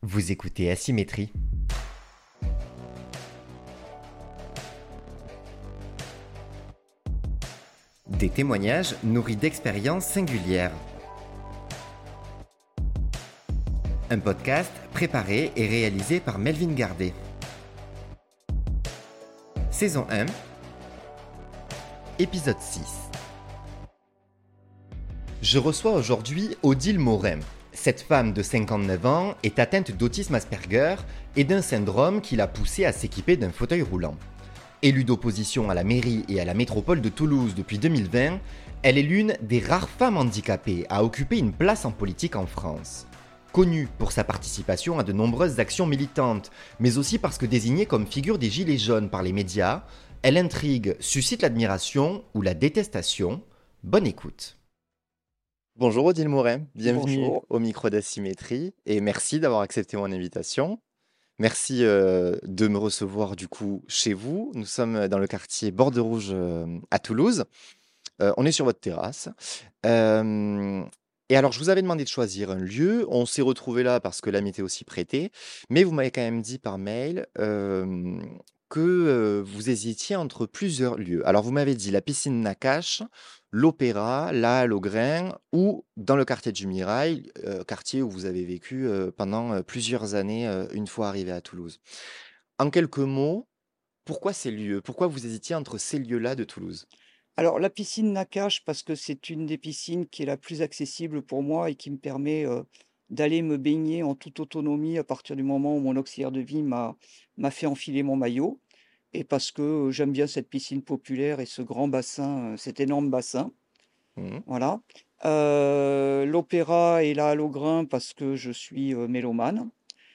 Vous écoutez Asymétrie. Des témoignages nourris d'expériences singulières. Un podcast préparé et réalisé par Melvin Gardet. Saison 1, épisode 6. Je reçois aujourd'hui Odile Morin. Cette femme de 59 ans est atteinte d'autisme Asperger et d'un syndrome qui l'a poussée à s'équiper d'un fauteuil roulant. Élue d'opposition à la mairie et à la métropole de Toulouse depuis 2020, elle est l'une des rares femmes handicapées à occuper une place en politique en France. Connue pour sa participation à de nombreuses actions militantes, mais aussi parce que désignée comme figure des Gilets jaunes par les médias, elle intrigue, suscite l'admiration ou la détestation. Bonne écoute. Bonjour Odile Morin, bienvenue Bonjour. au micro d'Asymétrie et merci d'avoir accepté mon invitation. Merci de me recevoir du coup chez vous. Nous sommes dans le quartier Borde-Rouge à Toulouse. On est sur votre terrasse. Euh, et alors, je vous avais demandé de choisir un lieu. On s'est retrouvé là parce que la météo s'y prêtait. Mais vous m'avez quand même dit par mail que vous hésitiez entre plusieurs lieux. Alors, vous m'avez dit la piscine Nakache, l'Opéra, la Halle aux Grains ou dans le quartier du Mirail, quartier où vous avez vécu pendant plusieurs années une fois arrivé à Toulouse. En quelques mots, pourquoi ces lieux? Pourquoi vous hésitiez entre ces lieux-là de Toulouse? Alors la piscine Nakache parce que c'est une des piscines qui est la plus accessible pour moi et qui me permet, d'aller me baigner en toute autonomie à partir du moment où mon auxiliaire de vie m'a fait enfiler mon maillot et parce que, j'aime bien cette piscine populaire et ce grand bassin, cet énorme bassin, Mhm. voilà. L'opéra et la Halle aux Grains parce que je suis, mélomane.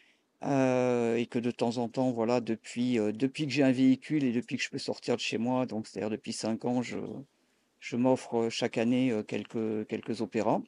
Et que de temps en temps, voilà, depuis que j'ai un véhicule et depuis que je peux sortir de chez moi, donc c'est-à-dire depuis 5 ans, je m'offre, chaque année, quelques opéras,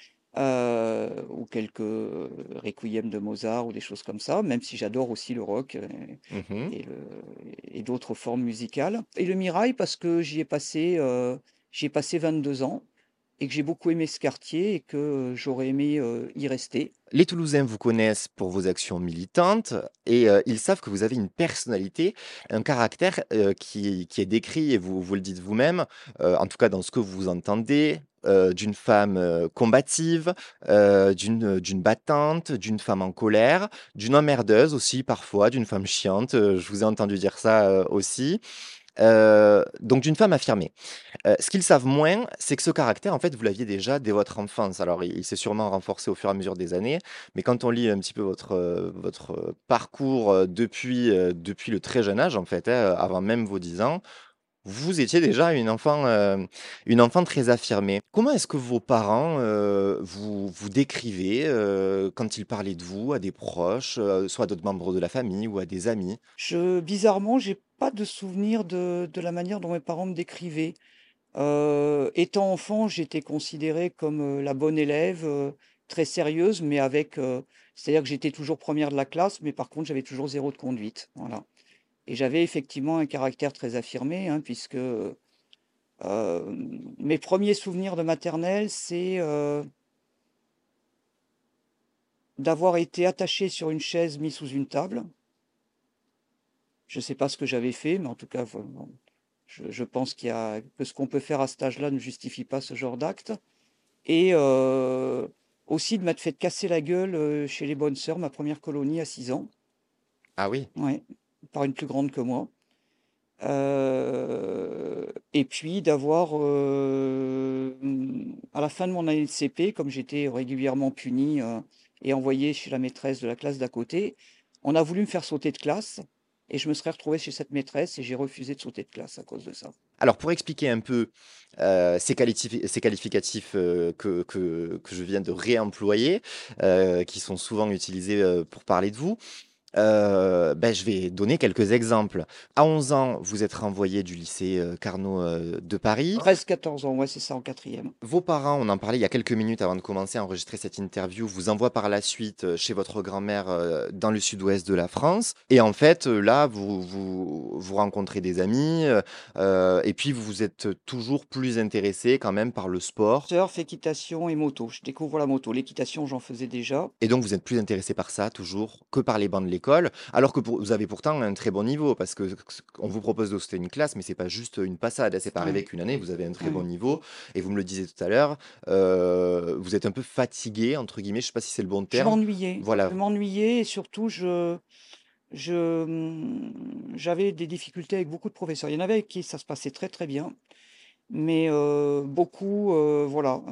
ou quelques, requiem de Mozart ou des choses comme ça, même si j'adore aussi le rock, Mhm. et le et d'autres formes musicales. Et le Mirail parce que j'y ai passé 22 ans et que j'ai beaucoup aimé ce quartier et que, j'aurais aimé, y rester. Les Toulousains vous connaissent pour vos actions militantes et ils savent que vous avez une personnalité, un caractère qui est décrit, et vous le dites vous-même, en tout cas dans ce que vous entendez, d'une femme combative, d'une battante, d'une femme en colère, d'une emmerdeuse aussi parfois, d'une femme chiante, je vous ai entendu dire ça aussi, donc d'une femme affirmée. Ce qu'ils savent moins, c'est que ce caractère, en fait, vous l'aviez déjà dès votre enfance. Alors, il s'est sûrement renforcé au fur et à mesure des années, mais quand on lit un petit peu votre parcours depuis le très jeune âge, en fait, hein, avant même vos 10 ans, vous étiez déjà une enfant très affirmée. Comment est-ce que vos parents vous décrivaient quand ils parlaient de vous à des proches, soit à d'autres membres de la famille ou à des amis? Bizarrement, j'ai pas de souvenir de la manière dont mes parents me décrivaient. Étant enfant, j'étais considérée comme, la bonne élève, très sérieuse, mais c'est-à-dire que j'étais toujours première de la classe, mais par contre, j'avais toujours zéro de conduite, voilà. Et j'avais effectivement un caractère très affirmé, hein, puisque, mes premiers souvenirs de maternelle, c'est, d'avoir été attachée sur une chaise mise sous une table. Je ne sais pas ce que j'avais fait, mais en tout cas, bon, je pense que ce qu'on peut faire à cet âge-là ne justifie pas ce genre d'acte. Et aussi de m'être fait casser la gueule chez les Bonnes Sœurs, ma première colonie à 6 ans, Ah oui. ouais, par une plus grande que moi. Et puis d'avoir, à la fin de mon année de CP, comme j'étais régulièrement puni et envoyé chez la maîtresse de la classe d'à côté, on a voulu me faire sauter de classe et je me serais retrouvé chez cette maîtresse et j'ai refusé de sauter de classe à cause de ça. Alors, pour expliquer un peu ces qualificatifs que je viens de réemployer, qui sont souvent utilisés pour parler de vous, Je vais donner quelques exemples. À 11 ans, vous êtes renvoyé du lycée, Carnot, de Paris. 13-14 ans, ouais, c'est ça, en quatrième. Vos parents, on en parlait il y a quelques minutes avant de commencer à enregistrer cette interview, vous envoient par la suite chez votre grand-mère dans le sud-ouest de la France. Et en fait, là, vous rencontrez des amis et puis vous êtes toujours plus intéressé quand même par le sport. Surf, équitation et moto. Je découvre la moto. L'équitation, j'en faisais déjà. Et donc, vous êtes plus intéressé par ça toujours que par les bancs de l'école, alors que vous avez pourtant un très bon niveau, parce que on vous propose d'hoster une classe, mais c'est pas juste une passade, hein, c'est pas Ouais, arrivé qu'une année, vous avez un très bon ouais. niveau, et vous me le disiez tout à l'heure, vous êtes un peu fatigué, entre guillemets, je sais pas si c'est le bon Je terme. m'ennuyais. Voilà. Je m'ennuyais et surtout, j'avais des difficultés avec beaucoup de professeurs. Il y en avait avec qui ça se passait très très bien, mais beaucoup, voilà.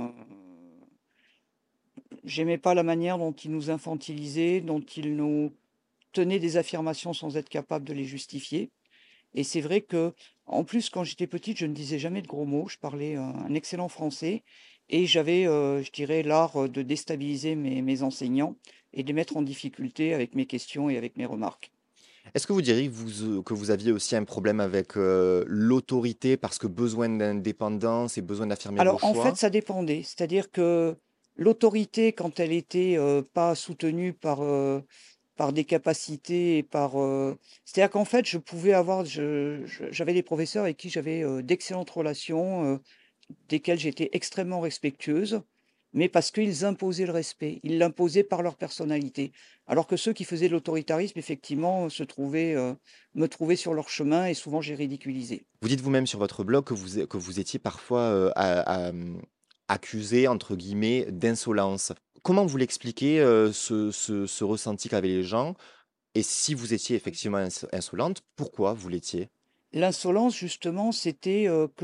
J'aimais pas la manière dont ils nous infantilisaient, dont ils nous tenaient des affirmations sans être capables de les justifier. Et c'est vrai que, en plus, quand j'étais petite, je ne disais jamais de gros mots. Je parlais un excellent français et j'avais, je dirais, l'art de déstabiliser mes enseignants et de les mettre en difficulté avec mes questions et avec mes remarques. Est-ce que vous diriez que vous aviez aussi un problème avec l'autorité, parce que besoin d'indépendance et besoin d'affirmer vos Alors, en fait, choix? ça dépendait. C'est-à-dire que l'autorité, quand elle était pas soutenue par des capacités et c'est-à-dire qu'en fait, je pouvais avoir, j'avais des professeurs avec qui j'avais d'excellentes relations, desquelles j'étais extrêmement respectueuse, mais parce qu'ils imposaient le respect. Ils l'imposaient par leur personnalité. Alors que ceux qui faisaient de l'autoritarisme, effectivement, me trouvaient sur leur chemin et souvent j'ai ridiculisé. Vous dites vous-même sur votre blog que vous étiez parfois accusé, entre guillemets, d'insolence. Comment vous l'expliquez, ce ressenti qu'avaient les gens? Et si vous étiez effectivement insolente, pourquoi vous l'étiez? L'insolence, justement, c'était que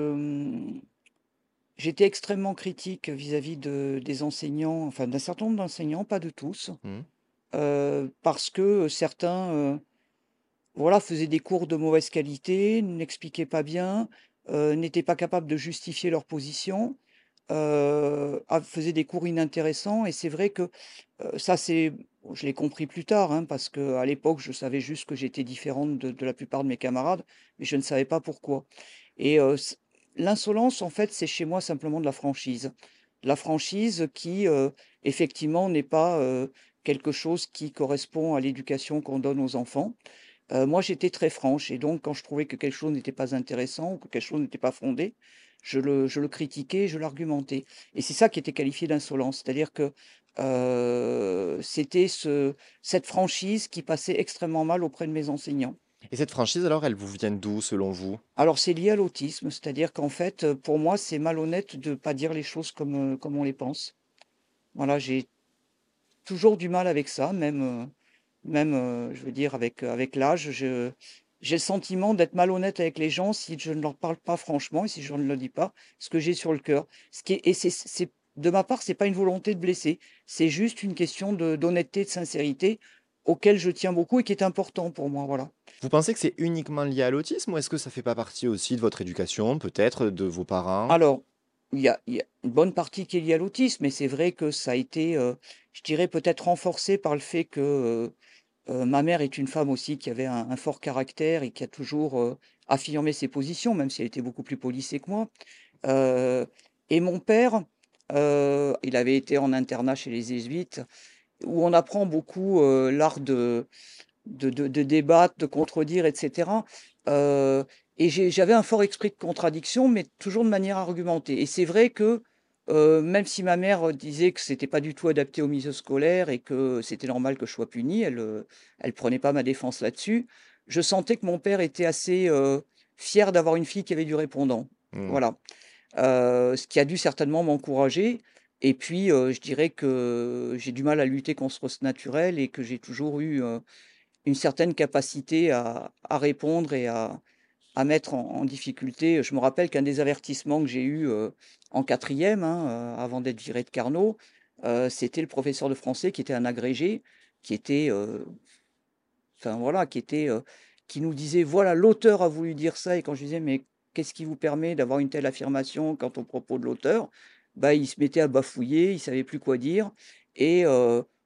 j'étais extrêmement critique vis-à-vis des enseignants, enfin d'un certain nombre d'enseignants, pas de tous, Hmm. parce que certains voilà, faisaient des cours de mauvaise qualité, n'expliquaient pas bien, n'étaient pas capables de justifier leur position, faisaient des cours inintéressants. Et c'est vrai que ça, bon, je l'ai compris plus tard, hein, parce qu'à l'époque, je savais juste que j'étais différente de la plupart de mes camarades, mais je ne savais pas pourquoi. Et l'insolence, en fait, c'est chez moi simplement de la franchise. La franchise qui, effectivement, n'est pas quelque chose qui correspond à l'éducation qu'on donne aux enfants. Moi, j'étais très franche et donc quand je trouvais que quelque chose n'était pas intéressant ou que quelque chose n'était pas fondé, je le critiquais, je l'argumentais et c'est ça qui était qualifié d'insolence. C'est-à-dire que, c'était cette franchise qui passait extrêmement mal auprès de mes enseignants. Et cette franchise, alors, elle vous vient d'où, selon vous? Alors c'est lié à l'autisme, c'est-à-dire qu'en fait, pour moi, c'est malhonnête de pas dire les choses comme on les pense. Voilà, j'ai toujours du mal avec ça, même, je veux dire avec l'âge, j'ai le sentiment d'être malhonnête avec les gens si je ne leur parle pas franchement et si je ne leur dis pas ce que j'ai sur le cœur. Ce qui est et c'est de ma part, c'est pas une volonté de blesser, c'est juste une question d'honnêteté, de sincérité auquel je tiens beaucoup et qui est important pour moi, voilà. Vous pensez que c'est uniquement lié à l'autisme ou est-ce que ça fait pas partie aussi de votre éducation, peut-être de vos parents? Alors, il y a une bonne partie qui est liée à l'autisme, mais c'est vrai que ça a été, je dirais peut-être renforcé par le fait que, ma mère est une femme aussi qui avait un fort caractère et qui a toujours, affirmé ses positions, même si elle était beaucoup plus policée que moi. Heu et mon père, il avait été en internat chez les jésuites où on apprend beaucoup, l'art de débattre, de contredire et cetera. Heu et j'avais un fort esprit de contradiction, mais toujours de manière argumentée et c'est vrai que, même si ma mère, disait que c'était pas du tout adapté au milieu scolaire et que c'était normal que je sois punie, elle prenait pas ma défense là-dessus. Je sentais que mon père était assez, fier d'avoir une fille qui avait du répondant. Hmm. Voilà, ce qui a dû certainement m'encourager et puis, je dirais que j'ai du mal à lutter contre ce naturel et que j'ai toujours eu, une certaine capacité à répondre et à mettre en difficulté. Je me rappelle qu'un des avertissements que j'ai eu, en quatrième, hein, avant d'être viré de Carnot, c'était le professeur de français qui était un agrégé, qui était, enfin voilà, qui nous disait: «Voilà, l'auteur a voulu dire ça» et quand je disais: «Mais qu'est-ce qui vous permet d'avoir une telle affirmation quant aux propos de l'auteur?» bah, il se mettait à bafouiller, il savait plus quoi dire et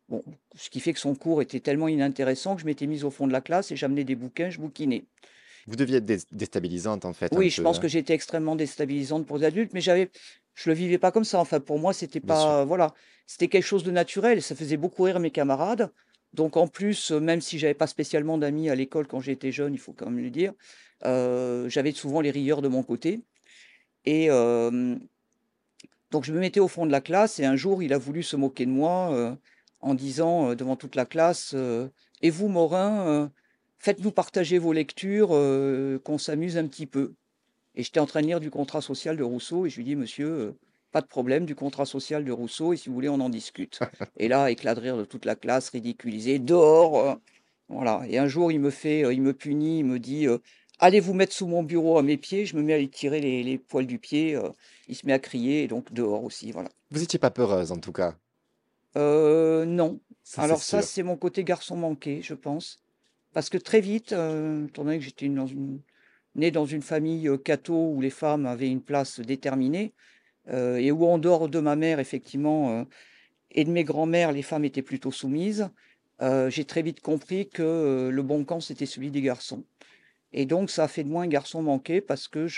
Bon, ce qui fait que son cours était tellement inintéressant que je m'étais mise au fond de la classe et j'amenais des bouquins, je bouquinais. Vous deviez être déstabilisante en fait un Oui, je peu, pense hein? que j'étais extrêmement déstabilisante pour les adultes, mais je le vivais pas comme ça. Enfin, pour moi, c'était Bien sûr. pas, voilà, c'était quelque chose de naturel. Ça faisait beaucoup rire mes camarades. Donc, en plus, même si j'avais pas spécialement d'amis à l'école quand j'étais jeune, il faut quand même le dire, j'avais souvent les rieurs de mon côté. Et donc, je me mettais au fond de la classe et un jour, il a voulu se moquer de moi en disant devant toute la classe, «Et vous, Morin, faites-nous partager vos lectures, qu'on s'amuse un petit peu.» Et j'étais en train de lire du contrat social de Rousseau et je lui dis: «Monsieur, pas de problème, du contrat social de Rousseau et si vous voulez, on en discute.» Et là, éclat de rire de toute la classe, ridiculisé: «Dehors!» Voilà. Et un jour, il me punit, il me dit: «Allez vous mettre sous mon bureau à mes pieds.» Je me mets à lui tirer les poils du pied, il se met à crier et donc dehors aussi, voilà. Vous étiez pas peureuse en tout cas, Non. ça c'est Alors ça, sûr. c'est mon côté garçon manqué, je pense. Parce que très vite, étant donné que j'étais né dans une famille, catho où les femmes avaient une place déterminée, et où en dehors de ma mère effectivement, et de mes grands-mères, les femmes étaient plutôt soumises, j'ai très vite compris que, le bon camp, c'était celui des garçons. Et donc ça a fait de moi un garçon manqué parce que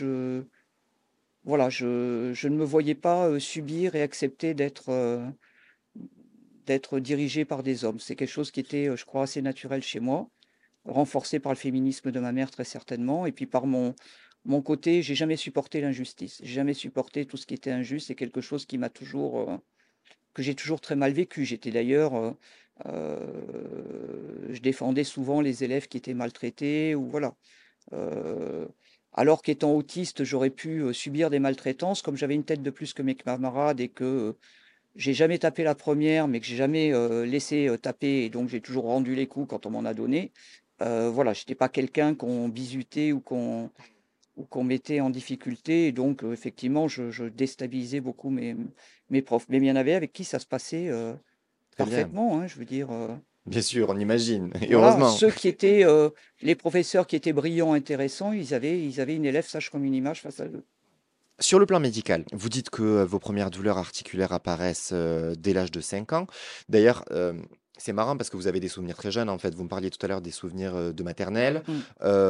je ne me voyais pas, subir et accepter d'être dirigée par des hommes. C'est quelque chose qui était, je crois, assez naturel chez moi, renforcé par le féminisme de ma mère très certainement et puis par mon côté, j'ai jamais supporté l'injustice. J'ai jamais supporté tout ce qui était injuste. C'est quelque chose qui m'a toujours, que j'ai toujours très mal vécu. J'étais d'ailleurs, je défendais souvent les élèves qui étaient maltraités ou voilà. Heu, alors qu'étant autiste, j'aurais pu, subir des maltraitances, comme j'avais une tête de plus que mes camarades et que, j'ai jamais tapé la première, mais que j'ai jamais, laissé, taper et donc j'ai toujours rendu les coups quand on m'en a donné. Voilà, j'étais pas quelqu'un qu'on bizutait ou qu'on mettait en difficulté et donc effectivement, je déstabilisais beaucoup mes profs. Mais il y en avait avec qui ça se passait, Très bien. parfaitement, hein, je veux dire, Bien sûr, on imagine et voilà, heureusement. ceux qui étaient, les professeurs qui étaient brillants, intéressants, ils avaient une élève sage comme une image face à eux. Sur le plan médical, vous dites que, vos premières douleurs articulaires apparaissent, dès l'âge de 5 ans. D'ailleurs, c'est marrant parce que vous avez des souvenirs très jeunes, en fait. Vous me parliez tout à l'heure des souvenirs, de maternelle. Mmh.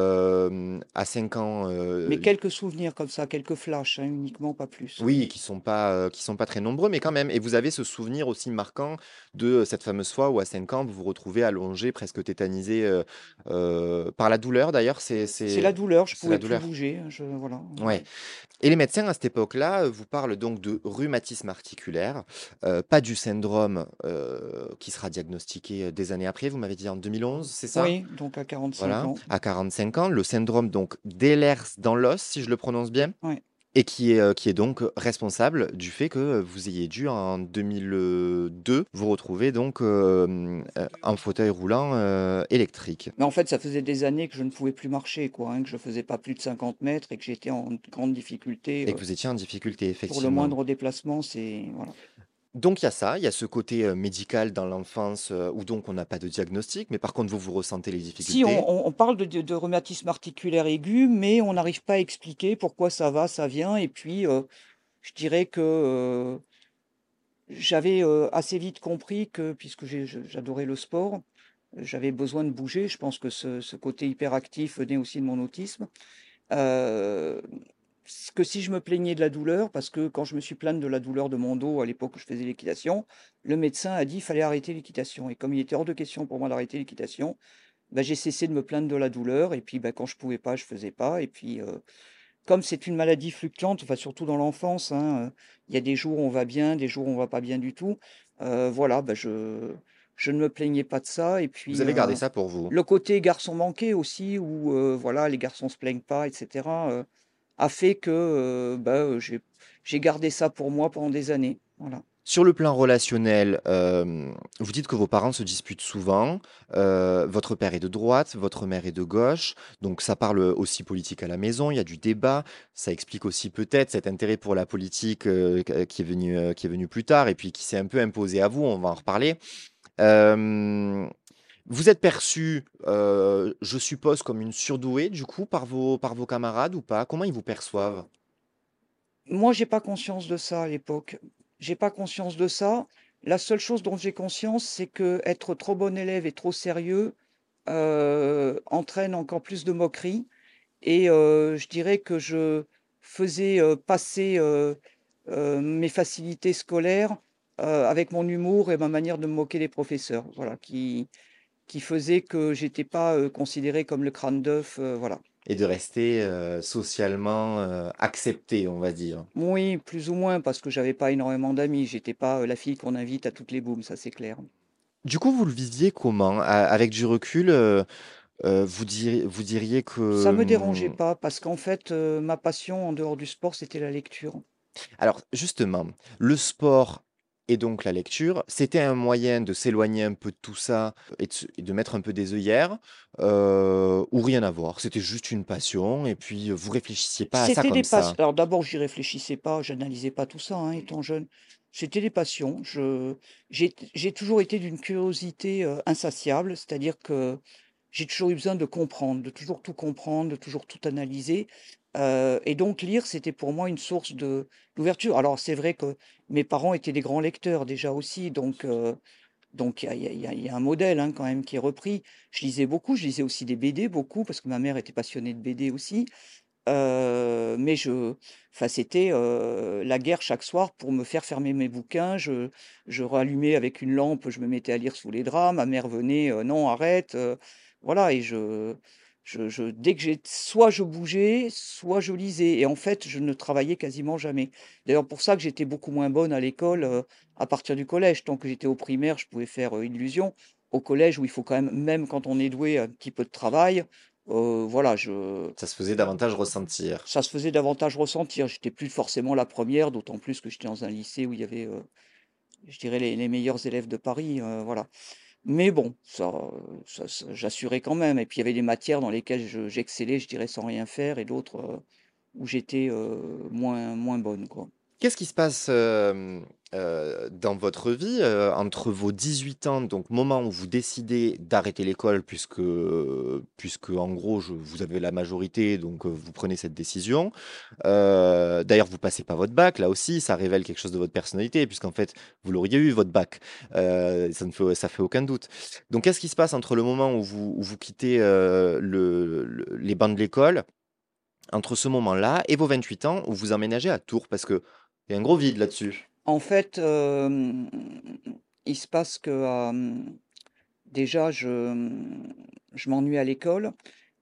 À 5 ans, Mais quelques souvenirs comme ça, quelques flashs, hein, uniquement, pas plus. oui, qui sont pas très nombreux, mais quand même. Et vous avez ce souvenir aussi marquant de, cette fameuse fois où à 5 ans, vous vous retrouvez allongé, presque tétanisé, par la douleur d'ailleurs? C'est la douleur, je C'est la pouvais plus douleur? bouger, hein, voilà. Ouais. Et les médecins à cette époque-là, vous parlent donc de rhumatisme articulaire, pas du syndrome, qui sera diagnostiqué, des années après. Vous m'avez dit en 2011, c'est ça? Oui, donc à 45 Voilà, ans. à 45 ans, le syndrome donc d'Ehlers-Danlos, si je le prononce bien? Ouais. Et qui est donc responsable du fait que, vous ayez dû en 2002 vous retrouver donc, en fauteuil roulant, électrique Mais en fait, ça faisait des années que je ne pouvais plus marcher, quoi, hein, que je faisais pas plus de 50 mètres et que j'étais en grande difficulté, et que vous étiez en difficulté pour le effectivement. moindre déplacement, c'est voilà. Donc il y a ça, il y a ce côté, médical dans l'enfance, où donc on n'a pas de diagnostic, mais par contre vous, vous ressentez les Si difficultés. on parle de rhumatisme articulaire aigu, mais on n'arrive pas à expliquer pourquoi ça va, ça vient et puis, je dirais que, j'avais, assez vite compris que puisque j'adorais le sport, j'avais besoin de bouger. Je pense que ce côté hyperactif venait aussi de mon autisme. Heu, que si je me plaignais de la douleur, parce que quand je me suis plaint de la douleur de mon dos à l'époque où je faisais l'équitation, le médecin a dit: «Il fallait arrêter l'équitation» et comme il était hors de question pour moi d'arrêter l'équitation, bah, j'ai cessé de me plaindre de la douleur et puis, bah, quand je pouvais pas, je faisais pas et puis, comme c'est une maladie fluctuante, enfin surtout dans l'enfance, hein, il y a des jours où on va bien, des jours où on va pas bien du tout. Voilà, bah, je ne me plaignais pas de ça et Vous puis, avez gardé ça pour vous. le côté garçon manqué aussi où, voilà, les garçons se plaignent pas et cetera, a fait que, bah, j'ai gardé ça pour moi pendant des années. Voilà. Sur le plan relationnel, vous dites que vos parents se disputent souvent, votre père est de droite, votre mère est de gauche, donc ça parle, aussi politique à la maison, il y a du débat. Ça explique aussi peut-être cet intérêt pour la politique, qui est venu plus tard et puis qui s'est un peu imposé à vous, on va en reparler. Hem, Vous êtes perçue, je suppose comme une surdouée du coup par vos camarades ou pas? Comment ils vous perçoivent? Moi, j'ai pas conscience de ça à l'époque. J'ai pas conscience de ça. La seule chose dont j'ai conscience, c'est que être trop bon élève et trop sérieux, entraîne encore plus de moqueries et je dirais que je faisais, passer, mes facilités scolaires, avec mon humour et ma manière de me moquer des professeurs, voilà, qui faisait que j'étais pas, considéré comme le crâne d'œuf, voilà. Et de rester, socialement, accepté, on va dire. Oui, plus ou moins, parce que j'avais pas énormément d'amis. J'étais pas, la fille qu'on invite à toutes les booms, ça c'est clair. Du coup, vous le viviez comment? A avec du recul, vous diriez Ça que, me dérangeait pas parce qu'en fait, ma passion en dehors du sport, c'était la lecture. alors justement, le sport et donc la lecture, c'était un moyen de s'éloigner un peu de tout ça et de mettre un peu des œillères, ou rien à voir? C'était juste une passion et puis, vous réfléchissiez pas à ça C'était des comme passions. ça? Alors d'abord, j'y réfléchissais pas, j'analysais pas tout ça, hein, étant jeune. C'était des passions. J'ai toujours été d'une curiosité, insatiable, c'est-à-dire que j'ai toujours eu besoin de comprendre, de toujours tout comprendre, de toujours tout analyser, et donc lire, c'était pour moi une source de d'ouverture. Alors c'est vrai que mes parents étaient des grands lecteurs déjà aussi, donc il y a un modèle, hein, quand même qui est repris. Je lisais beaucoup, je lisais aussi des BD, beaucoup, parce que ma mère était passionnée de BD aussi. Mais enfin c'était, la guerre chaque soir pour me faire fermer mes bouquins. Je rallumais avec une lampe, je me mettais à lire sous les draps. Ma mère venait: «Non, arrête», voilà. Et dès que soit je bougeais, soit je lisais et en fait, je ne travaillais quasiment jamais. D'ailleurs pour ça que j'étais beaucoup moins bonne à l'école, à partir du collège. Tant que j'étais au primaire, je pouvais faire, illusion. Au collège où il faut quand même, même quand on est doué, un petit peu de travail, voilà, Ça se faisait davantage ressentir. ça se faisait davantage ressentir. J'étais plus forcément la première, d'autant plus que j'étais dans un lycée où il y avait, je dirais les meilleurs élèves de Paris, voilà. Mais bon, j'assurais quand même et puis il y avait des matières dans lesquelles j'excellais, je dirais sans rien faire et d'autres, où j'étais, moins bonne, quoi. Qu'est-ce qui se passe, dans votre vie, entre vos 18 ans, donc moment où vous décidez d'arrêter l'école puisque en gros vous avez la majorité donc vous prenez cette décision. D'ailleurs vous passez pas votre bac, là aussi ça révèle quelque chose de votre personnalité puisqu'en fait vous l'auriez eu votre bac. Ça fait aucun doute. Donc qu'est-ce qui se passe entre le moment où vous quittez, les bancs de l'école, entre ce moment-là et vos 28 ans où vous emménagez à Tours? Parce qu'il y a un gros vide là-dessus. En fait, il se passe que, déjà je m'ennuie à l'école.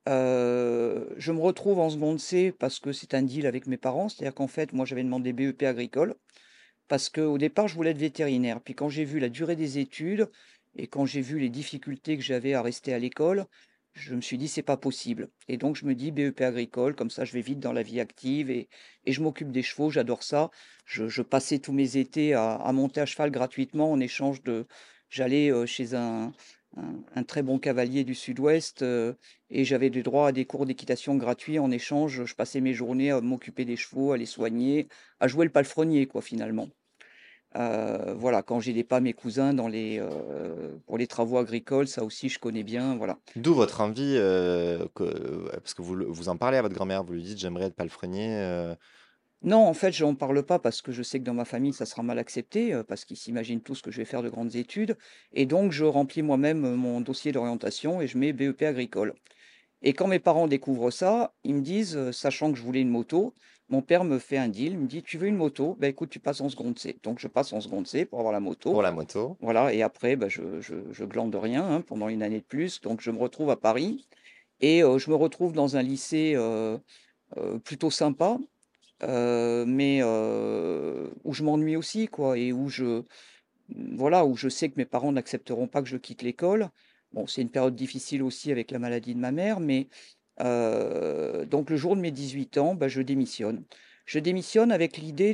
Je me retrouve en seconde C parce que c'est un deal avec mes parents. C'est-à-dire qu'en fait, moi, j'avais demandé BEP agricole parce qu'au départ, je voulais être vétérinaire. Puis quand j'ai vu la durée des études et quand j'ai vu les difficultés que j'avais à rester à l'école, je me suis dit: «C'est pas possible» et donc je me dis: «BEP agricole, comme ça je vais vite dans la vie active et je m'occupe des chevaux, j'adore ça». Je passais tous mes étés à monter à cheval gratuitement en échange de j'allais, chez un très bon cavalier du sud-ouest, et j'avais des droits à des cours d'équitation gratuits. En échange, je passais mes journées à m'occuper des chevaux, à les soigner, à jouer le palefrenier quoi, finalement. Voilà, quand j'aidais pas mes cousins pour les travaux agricoles, ça aussi je connais bien, voilà. D'où votre envie, parce que vous en parlez à votre grand-mère, vous lui dites: «J'aimerais être palefrenier», Non, en fait, j'en parle pas parce que je sais que dans ma famille, ça sera mal accepté, parce qu'ils s'imaginent tous que je vais faire de grandes études et donc je remplis moi-même, mon dossier d'orientation et je mets BEP agricole. Et quand mes parents découvrent ça, ils me disent, sachant que je voulais une moto, mon père me fait un deal, il me dit: «Tu veux une moto? Bah, écoute, tu passes en seconde C». Donc je passe en seconde C pour avoir la pour moto. la moto. Voilà et après, bah, je glande rien, hein, pendant une année de plus. Donc je me retrouve à Paris et je me retrouve dans un lycée, plutôt sympa, mais où je m'ennuie aussi, quoi et voilà, où je sais que mes parents n'accepteront pas que je quitte l'école. Bon, c'est une période difficile aussi avec la maladie de ma mère, mais donc le jour de mes 18 ans, bah, je démissionne. Je démissionne avec l'idée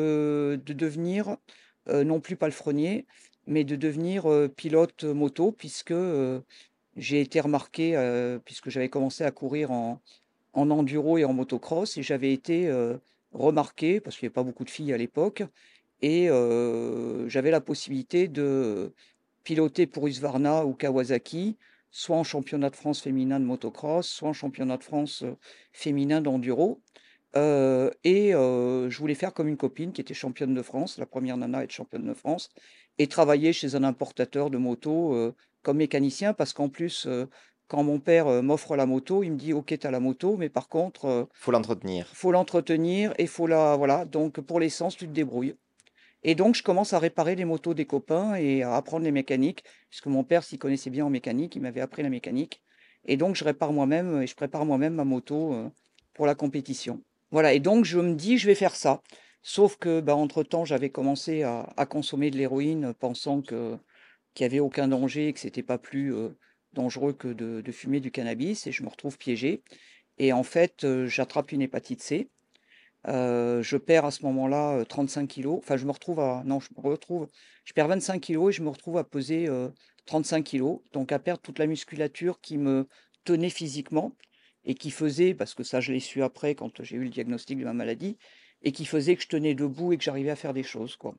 de devenir, non plus palefrenier, mais de devenir, pilote moto puisque, j'ai été remarqué, puisque j'avais commencé à courir en enduro et en motocross et j'avais été, remarqué parce qu'il y avait pas beaucoup de filles à l'époque et j'avais la possibilité de piloter pour Husqvarna ou Kawasaki, soit en championnat de France féminin de motocross, soit en championnat de France, féminin d'enduro, et je voulais faire comme une copine qui était championne de France, la première nana à être championne de France et travailler chez un importateur de motos, comme mécanicien parce qu'en plus, quand mon père, m'offre la moto, il me dit: «OK, tu as la moto, mais par contre, Faut l'entretenir. faut l'entretenir et faut la voilà, donc pour l'essence, tu te débrouilles». Et donc je commence à réparer les motos des copains et à apprendre les mécaniques, puisque mon père s'y connaissait bien en mécanique, il m'avait appris la mécanique et donc je répare moi-même et je prépare moi-même ma moto, pour la compétition. Voilà et donc je me dis: «Je vais faire ça». Sauf que, bah, entre-temps, j'avais commencé à consommer de l'héroïne, pensant qu'il y avait aucun danger et que c'était pas plus, dangereux que de fumer du cannabis et je me retrouve piégé et en fait, j'attrape une hépatite C. Je perds à ce moment-là, 35 kilos. Enfin, je me retrouve à non, je perds 25 kilos et je me retrouve à peser, 35 kilos. Donc à perdre toute la musculature qui me tenait physiquement et qui faisait parce que ça, je l'ai su après quand j'ai eu le diagnostic de ma maladie et qui faisait que je tenais debout et que j'arrivais à faire des choses, quoi.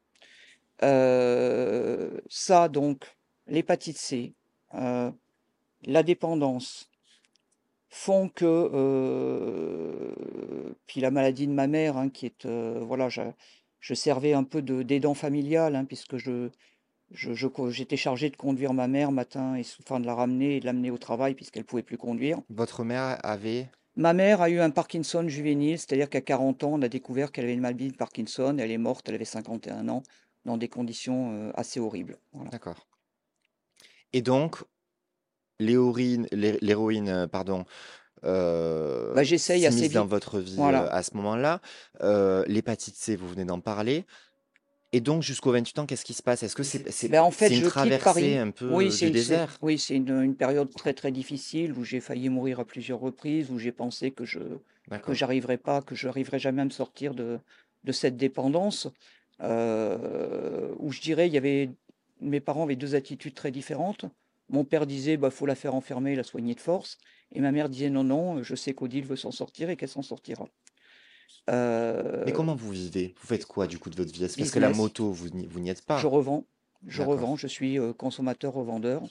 Ça donc, l'hépatite C, heu, la dépendance font que, puis la maladie de ma mère, hein, qui est, voilà, je servais un peu de d'aidant familial, hein, puisque j'étais chargé de conduire ma mère matin et enfin de la ramener et de l'amener au travail puisqu'elle pouvait plus conduire. Votre mère avait Ma mère a eu un Parkinson juvénile, c'est-à-dire qu'à 40 ans, on a découvert qu'elle avait une maladie de Parkinson. Elle est morte, elle avait 51 ans, dans des conditions, assez horribles, voilà. d'accord. Et donc l'héroïne, pardon, Bah, j'essaye assez s'immisce dans vite, votre vie, voilà. à ce moment-là. L'hépatite C, vous venez d'en parler. Et donc jusqu'aux 28 ans, qu'est-ce qui se passe? Est-ce que Ben en fait, c'est une je quitte traversée Paris. un Oui, peu du désert? c'est une période très, très difficile où j'ai failli mourir à plusieurs reprises, où j'ai pensé que D'accord. j'arriverais pas, que j'arriverais jamais à me sortir de cette dépendance, où je dirais il y avait mes parents avaient 2 attitudes très différentes. Mon père disait: «Bah, faut la faire enfermer, la soigner de force» et ma mère disait: «Non, non, je sais qu'Odile veut s'en sortir et qu'elle s'en sortira». Mais Heu, comment vous vivez? Vous faites quoi du coup de votre vie? C'est parce que la business, moto, vous n'y êtes je pas? revends, D'accord. je suis, consommateur revendeur.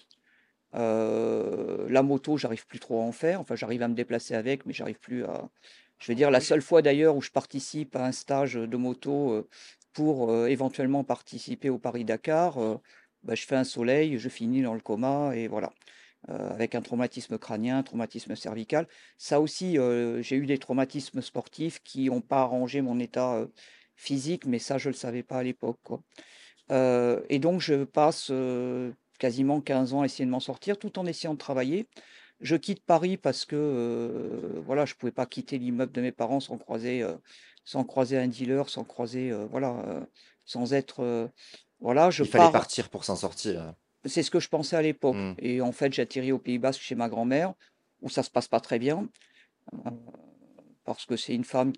La moto, j'arrive plus trop à en faire. Enfin, j'arrive à me déplacer avec, mais j'arrive plus à je veux dire, la seule fois d'ailleurs où je participe à un stage, de moto, pour, éventuellement participer au Paris-Dakar, bah, je fais un soleil, je finis dans le coma et voilà. Avec un traumatisme crânien, un traumatisme cervical. Ça aussi, j'ai eu des traumatismes sportifs qui ont pas arrangé mon état, physique, mais ça, je le savais pas à l'époque, quoi. Et donc je passe, quasiment 15 ans à essayer de m'en sortir, tout en essayant de travailler. Je quitte Paris parce que, voilà, je pouvais pas quitter l'immeuble de mes parents sans croiser un dealer, sans croiser, voilà, sans être, voilà, je Il fallait pars partir pour s'en sortir. c'est ce que je pensais à l'époque Mmh. et en fait, j'atterris au Pays basque chez ma grand-mère, où ça se passe pas très bien, heu, parce que c'est une femme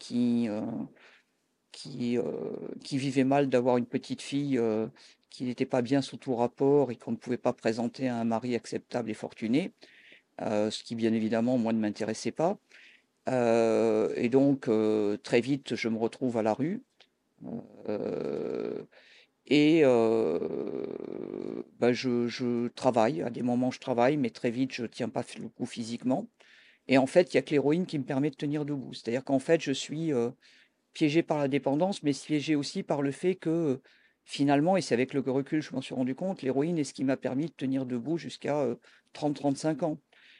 qui, qui vivait mal d'avoir une petite fille, qui n'était pas bien sous tout rapport et qu'on ne pouvait pas présenter à un mari acceptable et fortuné, ce qui bien évidemment moi ne m'intéressait pas, et donc très vite je me retrouve à la rue, heu et bah, je travaille. À des moments je travaille, mais très vite je tiens pas le coup physiquement et en fait, il y a que l'héroïne qui me permet de tenir debout. C'est-à-dire qu'en fait, je suis, piégé par la dépendance, mais piégé aussi par le fait que, finalement et c'est avec le recul, je m'en suis rendu compte, l'héroïne est ce qui m'a permis de tenir debout jusqu'à, 30-35 ans.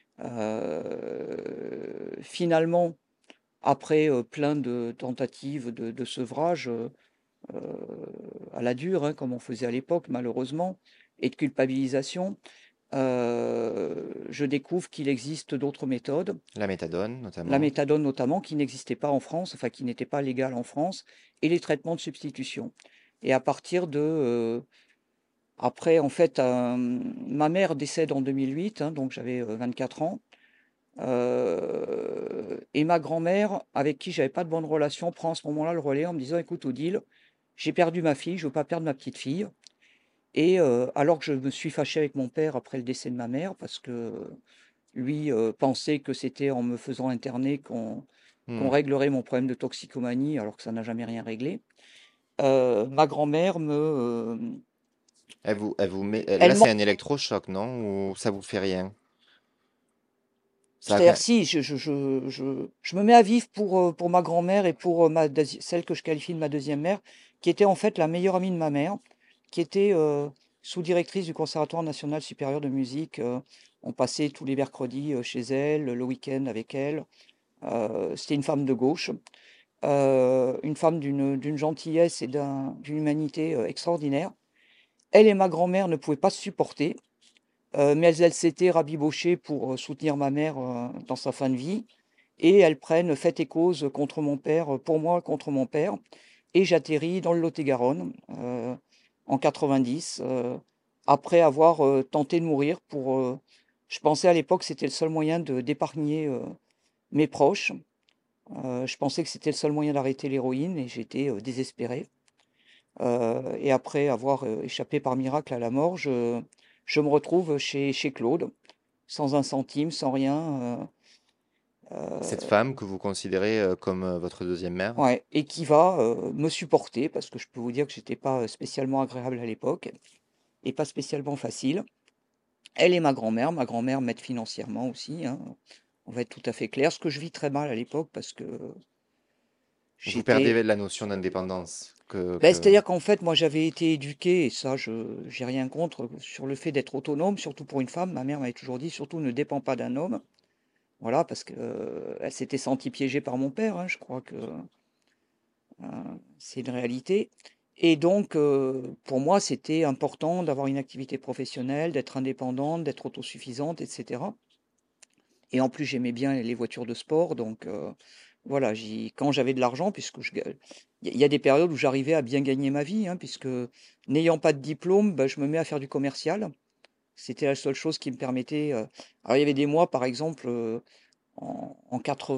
Finalement, après, plein de tentatives de sevrage, heu, à la dure, hein, comme on faisait à l'époque malheureusement et de culpabilisation, je découvre qu'il existe d'autres méthodes. La méthadone La notamment. méthadone notamment, qui n'existait pas en France, enfin qui n'était pas légale en France et les traitements de substitution et à partir de, après en fait, ma mère décède en 2008, hein, donc j'avais, 24 ans, et ma grand-mère, avec qui j'avais pas de bonne relation, prend à ce moment-là le relais en me disant: «Écoute Odile, j'ai perdu ma fille, je veux pas perdre ma petite fille» et alors que je me suis fâché avec mon père après le décès de ma mère parce que lui, pensait que c'était en me faisant interner qu'on Mmh. réglerait mon problème de toxicomanie alors que ça n'a jamais rien réglé. Ma grand-mère Elle vous met elle là, m'en c'est un électrochoc, non? Ou ça vous fait rien? Ça a c'est-à-dire quand si je me mets à vivre pour ma grand-mère et pour, ma celle que je qualifie de ma deuxième mère, qui était en fait la meilleure amie de ma mère, qui était, sous-directrice du Conservatoire national supérieur de musique. On passait tous les mercredis, chez elle, le week-end avec elle. C'était une femme de gauche, une femme d'une gentillesse et d'une humanité, extraordinaire. Elle et ma grand-mère ne pouvaient pas se supporter, mais elles s'étaient rabibochées pour, soutenir ma mère, dans sa fin de vie, et elles prennent fait et cause contre mon père, pour moi contre mon père, et j'atterris dans le Lot-et-Garonne, en 90, après avoir, tenté de mourir je pensais à l'époque que c'était le seul moyen d'épargner, mes proches. Je pensais que c'était le seul moyen d'arrêter l'héroïne et j'étais, désespéré. Et après avoir, échappé par miracle à la mort, je me retrouve chez Claude, sans un centime, sans rien, Cette heu, femme que vous considérez, comme, votre deuxième mère? ouais, et qui va, me supporter parce que je peux vous dire que j'étais pas, spécialement agréable à l'époque et pas spécialement facile. Elle et ma grand-mère m'aide financièrement aussi, hein, on va être tout à fait clair. Ce que je vis très mal à l'époque parce que Vous j'étais perdez la notion d'indépendance que c'est-à-dire qu'en fait, moi, j'avais été éduqué et ça, je j'ai rien contre, sur le fait d'être autonome, surtout pour une femme. Ma mère m'avait toujours dit: «Surtout ne dépends pas d'un homme». Voilà, parce que, elle s'était sentie piégée par mon père, hein, je crois que, c'est une réalité et donc pour moi, c'était important d'avoir une activité professionnelle, d'être indépendante, d'être autosuffisante et cetera et en plus, j'aimais bien les voitures de sport donc voilà, quand j'avais de l'argent puisque il y a des périodes où j'arrivais à bien gagner ma vie, hein, puisque n'ayant pas de diplôme, bah, je me mets à faire du commercial. C'était la seule chose qui me permettait, alors il y avait des mois, par exemple, en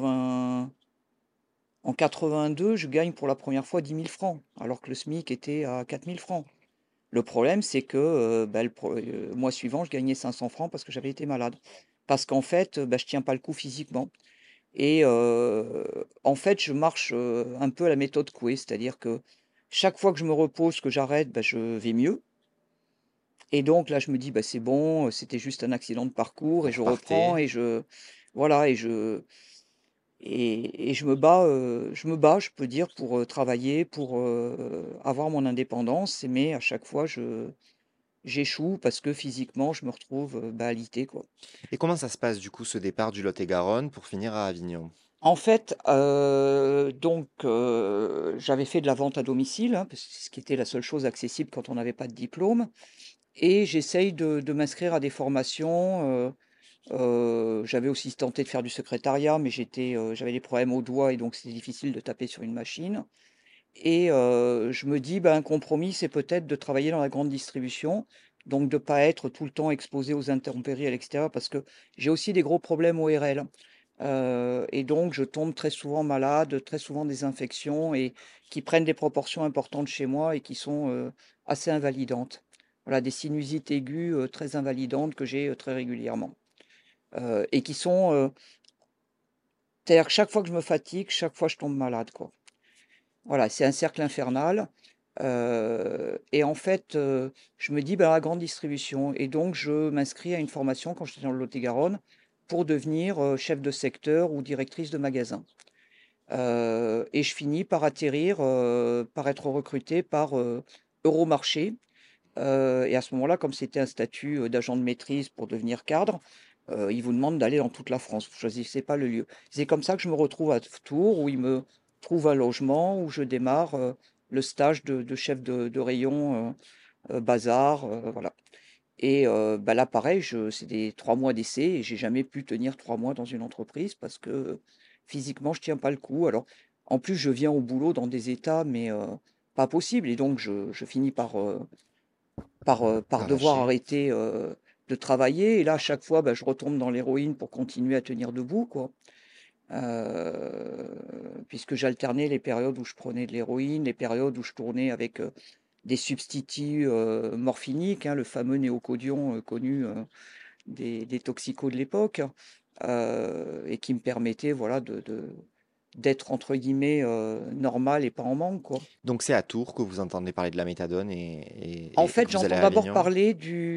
82, je gagne pour la première fois 10 000 francs, alors que le SMIC était à 4 000 francs. Le problème, c'est que, bah, le mois suivant, je gagnais 500 francs parce que j'avais été malade. Parce qu'en fait, bah, je tiens pas le coup physiquement et en fait, je marche, un peu à la méthode Coué, c'est-à-dire que chaque fois que je me repose, que j'arrête, bah, je vais mieux et donc là, je me dis: «Bah, c'est bon, c'était juste un accident de parcours» vous et je reprends repartez. et voilà je me bats, je peux dire, pour, travailler, pour, avoir mon indépendance, mais à chaque fois, j'échoue parce que physiquement, je me retrouve, bah, alité, quoi. Et comment ça se passe du coup ce départ du Lot-et-Garonne pour finir à Avignon? En fait, donc j'avais fait de la vente à domicile, hein, parce que c'est ce qui était la seule chose accessible quand on n'avait pas de diplôme et j'essaye de m'inscrire à des formations, j'avais aussi tenté de faire du secrétariat, mais j'avais des problèmes aux doigts et donc c'était difficile de taper sur une machine et je me dis: «Ben, un compromis, c'est peut-être de travailler dans la grande distribution», donc de pas être tout le temps exposé aux intempéries à l'extérieur parce que j'ai aussi des gros problèmes ORL, et donc je tombe très souvent malade, très souvent des infections et qui prennent des proportions importantes chez moi et qui sont, assez invalidantes. Voilà, des sinusites aiguës, très invalidantes que j'ai, très régulièrement, et qui sont, c'est-à-dire que chaque fois que je me fatigue, chaque fois je tombe malade, quoi. Voilà, c'est un cercle infernal, et en fait, je me dis: «Bah, la grande distribution» et donc je m'inscris à une formation quand j'étais dans le Lot-et-Garonne pour devenir, chef de secteur ou directrice de magasin, et je finis par atterrir, par être recrutée par, Euromarché, et à ce moment-là, comme c'était un statut, d'agent de maîtrise pour devenir cadre, ils vous demandent d'aller dans toute la France. Vous choisissez pas le lieu. C'est comme ça que je me retrouve à Tours, où ils me trouvent un logement, où je démarre, le stage de chef de rayon, bazar, voilà et bah, là pareil, c'est des 3 mois d'essai et j'ai jamais pu tenir 3 mois dans une entreprise parce que, physiquement je tiens pas le coup. Alors, en plus je viens au boulot dans des états mais, pas possibles et donc je finis par devoir Arraché. arrêter, de travailler et là, à chaque fois, bah, je retombe dans l'héroïne pour continuer à tenir debout, quoi. Puisque j'alternais les périodes où je prenais de l'héroïne, les périodes où je tournais avec, des substituts, morphiniques, hein, le fameux néocodion, connu, des toxicos de l'époque, et qui me permettait, voilà, d'être entre guillemets, «normal» et pas en manque, quoi. Donc c'est à Tours que vous entendez parler de la méthadone En et fait, que vous allez j'entends à d'abord Avignon? parler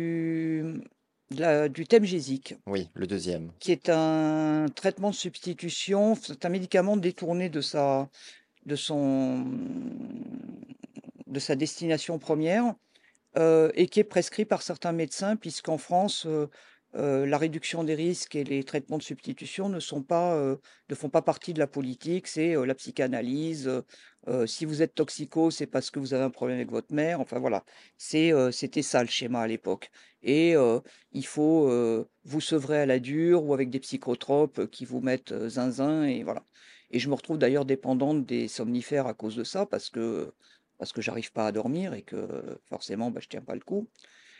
du Temgesic. Oui, le deuxième. Qui est un traitement de substitution, c'est un médicament détourné de son de sa destination première, et qui est prescrit par certains médecins puisqu'en France, la réduction des risques et les traitements de substitution ne font pas partie de la politique. C'est, la psychanalyse, si vous êtes toxico, c'est parce que vous avez un problème avec votre mère. Enfin voilà, c'était ça le schéma à l'époque et il faut, vous sevrer à la dure ou avec des psychotropes, qui vous mettent, zinzin et voilà et je me retrouve d'ailleurs dépendante des somnifères à cause de ça parce que j'arrive pas à dormir et que forcément, bah, je tiens pas le coup.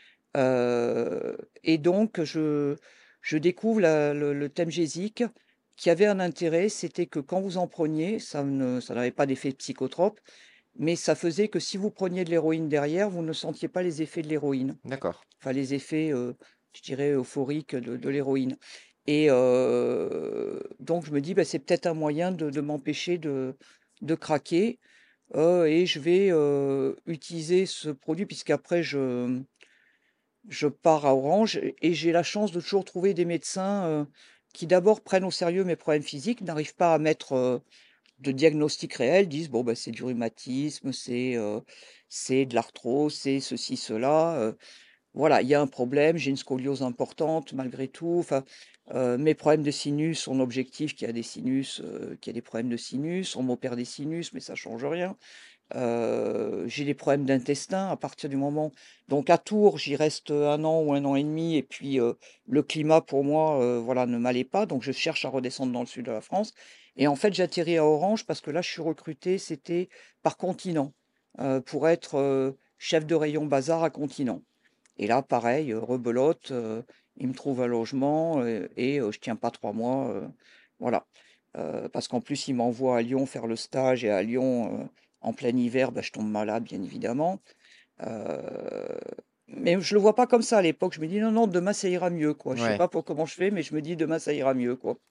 Et donc je découvre le Temgesic qui avait un intérêt, c'était que quand vous en preniez, ça n'avait pas d'effet psychotrope, mais ça faisait que si vous preniez de l'héroïne derrière, vous ne sentiez pas les effets de l'héroïne. D'accord. Enfin les effets, je dirais euphoriques de l'héroïne et donc je me dis: «Bah, c'est peut-être un moyen de m'empêcher de craquer». Et je vais, utiliser ce produit puisqu'après je pars à Orange et j'ai la chance de toujours trouver des médecins, qui d'abord prennent au sérieux mes problèmes physiques, n'arrivent pas à mettre, de diagnostic réel, disent: «Bon, bah, c'est du rhumatisme, c'est de l'arthrose, c'est ceci, cela, voilà, il y a un problème, j'ai une scoliose importante malgré tout». Enfin, mes problèmes de sinus, on objectif qu'il y a des sinus, qu'il y a des problèmes de sinus, on m'opère des sinus, mais ça change rien. J'ai des problèmes d'intestin à partir du moment donc à Tours, j'y reste, 1 an ou 1 an et demi et puis, le climat pour moi, voilà, ne m'allait pas donc je cherche à redescendre dans le sud de la France et en fait, j'atterris à Orange parce que là, je suis recruté, c'était par continent, pour être, chef de rayon bazar à continent et là, pareil, rebelote, ils me trouvent un logement, et je tiens pas 3 mois, voilà. Parce qu'en plus, ils m'envoient à Lyon faire le stage et à Lyon, en plein hiver, bah, je tombe malade, bien évidemment. Heu, mais je le vois pas comme ça à l'époque. Je me dis: «Non, non, demain ça ira mieux, quoi». Je sais Ouais. pas pour comment je fais, mais je me dis: «Demain ça ira mieux», quoi.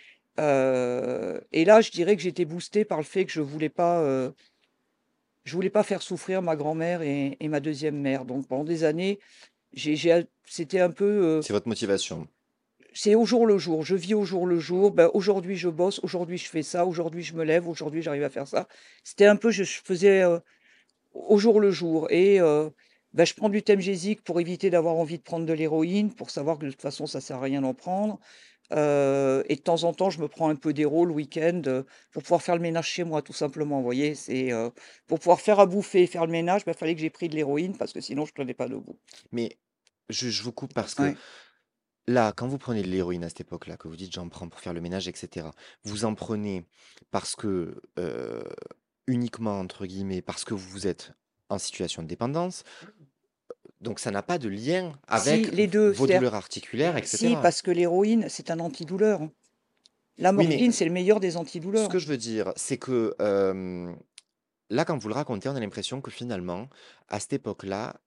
Et là, je dirais que j'étais boostée par le fait que je voulais pas faire souffrir ma grand-mère et ma deuxième mère. Donc pendant des années, j'ai al c'était un peu, C'est votre motivation. c'est au jour le jour. Je vis au jour le jour. Bah, aujourd'hui, je bosse, aujourd'hui, je fais ça, aujourd'hui, je me lève, aujourd'hui, j'arrive à faire ça. C'était un peu je faisais, au jour le jour et bah, je prends du Temgesic pour éviter d'avoir envie de prendre de l'héroïne, pour savoir que de toute façon, ça sert à rien d'en prendre, et de temps en temps, je me prends un peu d'héro le week-end, pour pouvoir faire le ménage chez moi, tout simplement, vous voyez? Pour pouvoir faire à bouffer et faire le ménage, bah, fallait que j'ai pris de l'héroïne parce que sinon je tenais pas debout. Mais je vous coupe parce que Ouais. là, quand vous prenez de l'héroïne à cette époque-là, que vous dites: «J'en prends pour faire le ménage» et cetera, vous en prenez parce que, uniquement entre guillemets, parce que vous êtes en situation de dépendance, donc ça n'a pas de lien Si, avec les 2, vos c'est-à-dire douleurs articulaires et si, cetera? parce que l'héroïne, c'est un antidouleur, hein. La Oui, mais morphine, c'est le meilleur des ce antidouleurs. que je veux dire, c'est que, là, quand vous le racontez, on a l'impression que finalement, à cette époque-là,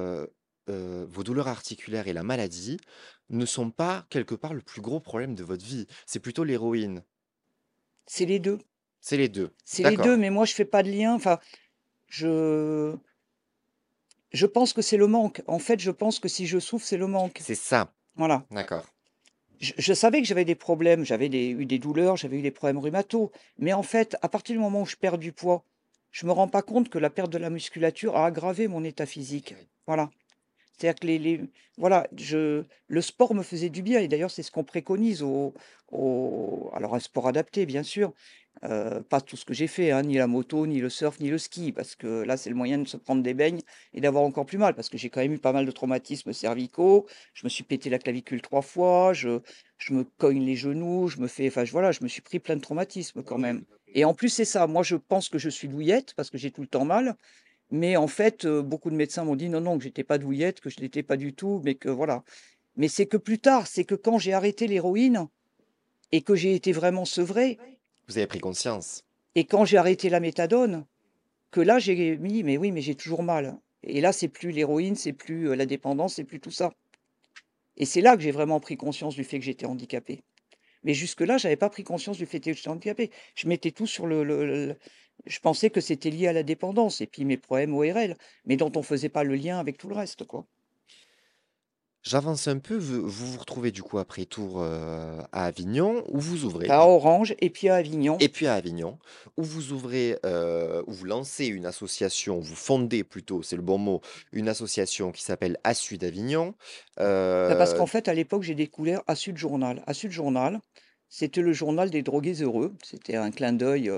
vos douleurs articulaires et la maladie ne sont pas quelque part le plus gros problème de votre vie. C'est plutôt l'héroïne. C'est les 2. C'est les 2. C'est les 2, D'accord. mais moi je fais pas de lien, enfin, je je pense que c'est le manque. En fait, je pense que si je souffre, c'est le manque. C'est ça. Voilà. D'accord. Je savais que j'avais des problèmes, eu des douleurs, j'avais eu des problèmes rhumato, mais en fait, à partir du moment où je perds du poids, je me rends pas compte que la perte de la musculature a aggravé mon état physique. Voilà. C'est-à-dire que les voilà, je le sport me faisait du bien et d'ailleurs, c'est ce qu'on préconise au alors un sport adapté, bien sûr, pas tout ce que j'ai fait, hein, ni la moto, ni le surf, ni le ski, parce que là, c'est le moyen de se prendre des beignes et d'avoir encore plus mal, parce que j'ai quand même eu pas mal de traumatismes cervicaux. Je me suis pété la clavicule 3 fois, je me cogne les genoux, je me fais enfin, voilà, je me suis pris plein de traumatismes quand même et en plus, c'est ça, moi, je pense que je suis douillette parce que j'ai tout le temps mal mais en fait, beaucoup de médecins m'ont dit: «Non, non, que j'étais pas douillette, que je l'étais pas du tout, mais que voilà». Mais c'est que plus tard, c'est que quand j'ai arrêté l'héroïne et que j'ai été vraiment sevré Vous avez pris conscience. et quand j'ai arrêté la méthadone, que là j'ai mis: «Mais oui, mais j'ai toujours mal» et là, c'est plus l'héroïne, c'est plus, la dépendance, c'est plus tout ça et c'est là que j'ai vraiment pris conscience du fait que j'étais handicapé. Mais jusque-là, j'avais pas pris conscience du fait que j'étais handicapé. Je mettais tout sur le je pensais que c'était lié à la dépendance et puis mes problèmes ORL, mais dont on faisait pas le lien avec tout le reste, quoi. J'avance un peu, vous vous retrouvez du coup après Tours, à Avignon, où vous ouvrez À Orange et puis à Avignon. et puis à Avignon, où vous ouvrez, où vous lancez une association, vous fondez plutôt, c'est le bon mot, une association qui s'appelle Assu d'Avignon. Bah, parce qu'en Heu, fait, à l'époque, j'ai découvert Assud Journal. Assud Journal, c'était le journal des drogués heureux. C'était un clin d'œil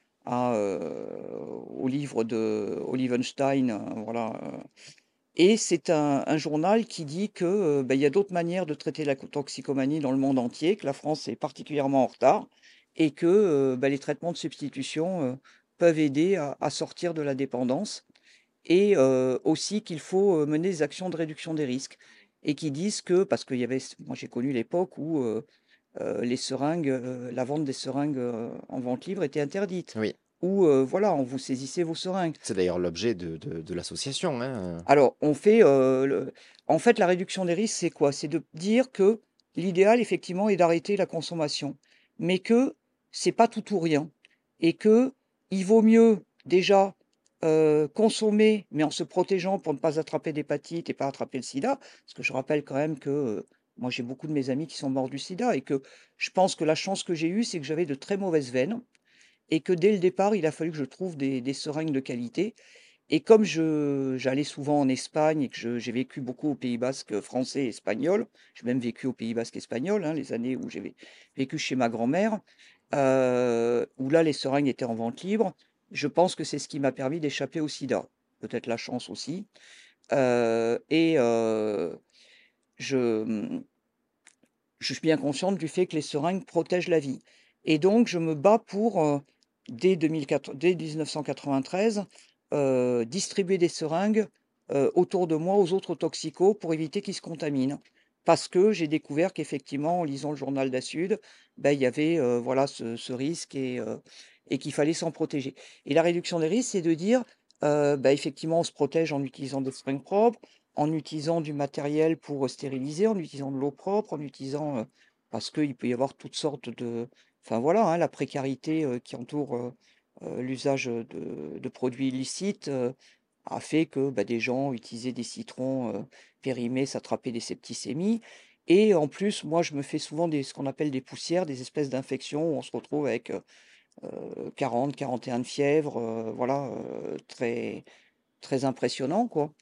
au livre de Olivenstein, voilà. Et c'est un journal qui dit que bah, il y a d'autres manières de traiter la toxicomanie dans le monde entier, que la France est particulièrement en retard et que bah, les traitements de substitution peuvent aider à sortir de la dépendance et aussi qu'il faut, mener des actions de réduction des risques et qui disent que parce qu'il y avait moi j'ai connu l'époque où, les seringues, la vente des seringues, en vente libre était interdite. oui, Où, voilà, on vous saisissait vos seringues. c'est d'ailleurs l'objet de l'association, hein. Alors on fait, en fait, la réduction des risques, c'est quoi? C'est de dire que l'idéal effectivement est d'arrêter la consommation, mais que c'est pas tout ou rien et que il vaut mieux déjà, consommer, mais en se protégeant pour ne pas attraper d'hépatite et pas attraper le sida. Parce que je rappelle quand même que, moi j'ai beaucoup de mes amis qui sont morts du sida et que je pense que la chance que j'ai eue, c'est que j'avais de très mauvaises veines et que dès le départ, il a fallu que je trouve des seringues de qualité et comme je j'allais souvent en Espagne et que j'ai vécu beaucoup au Pays basque, français et espagnol, j'ai même vécu au Pays basque espagnol, hein, les années où j'ai vécu chez ma grand-mère, où là, les seringues étaient en vente libre. Je pense que c'est ce qui m'a permis d'échapper au sida. Peut-être la chance aussi, et je, je suis bien consciente du fait que les seringues protègent la vie et donc je me bats pour, dès 1993, distribuer des seringues, autour de moi aux autres toxicos pour éviter qu'ils se contaminent. Parce que j'ai découvert qu'effectivement, en lisant le journal d'Asud, bah, il y avait, voilà ce risque et qu'il fallait s'en protéger et la réduction des risques, c'est de dire, bah, effectivement, on se protège en utilisant des seringues propres, en utilisant du matériel pour, stériliser, en utilisant de l'eau propre, en utilisant, parce qu'il peut y avoir toutes sortes de enfin voilà, hein, la précarité, qui entoure, l'usage, de produits illicites, a fait que, bah, des gens utilisaient des citrons, périmés, s'attrapaient des septicémies et en plus, moi, je me fais souvent des ce qu'on appelle des poussières, des espèces d'infections où on se retrouve avec, 40-41 de fièvre, voilà, très très impressionnant, quoi.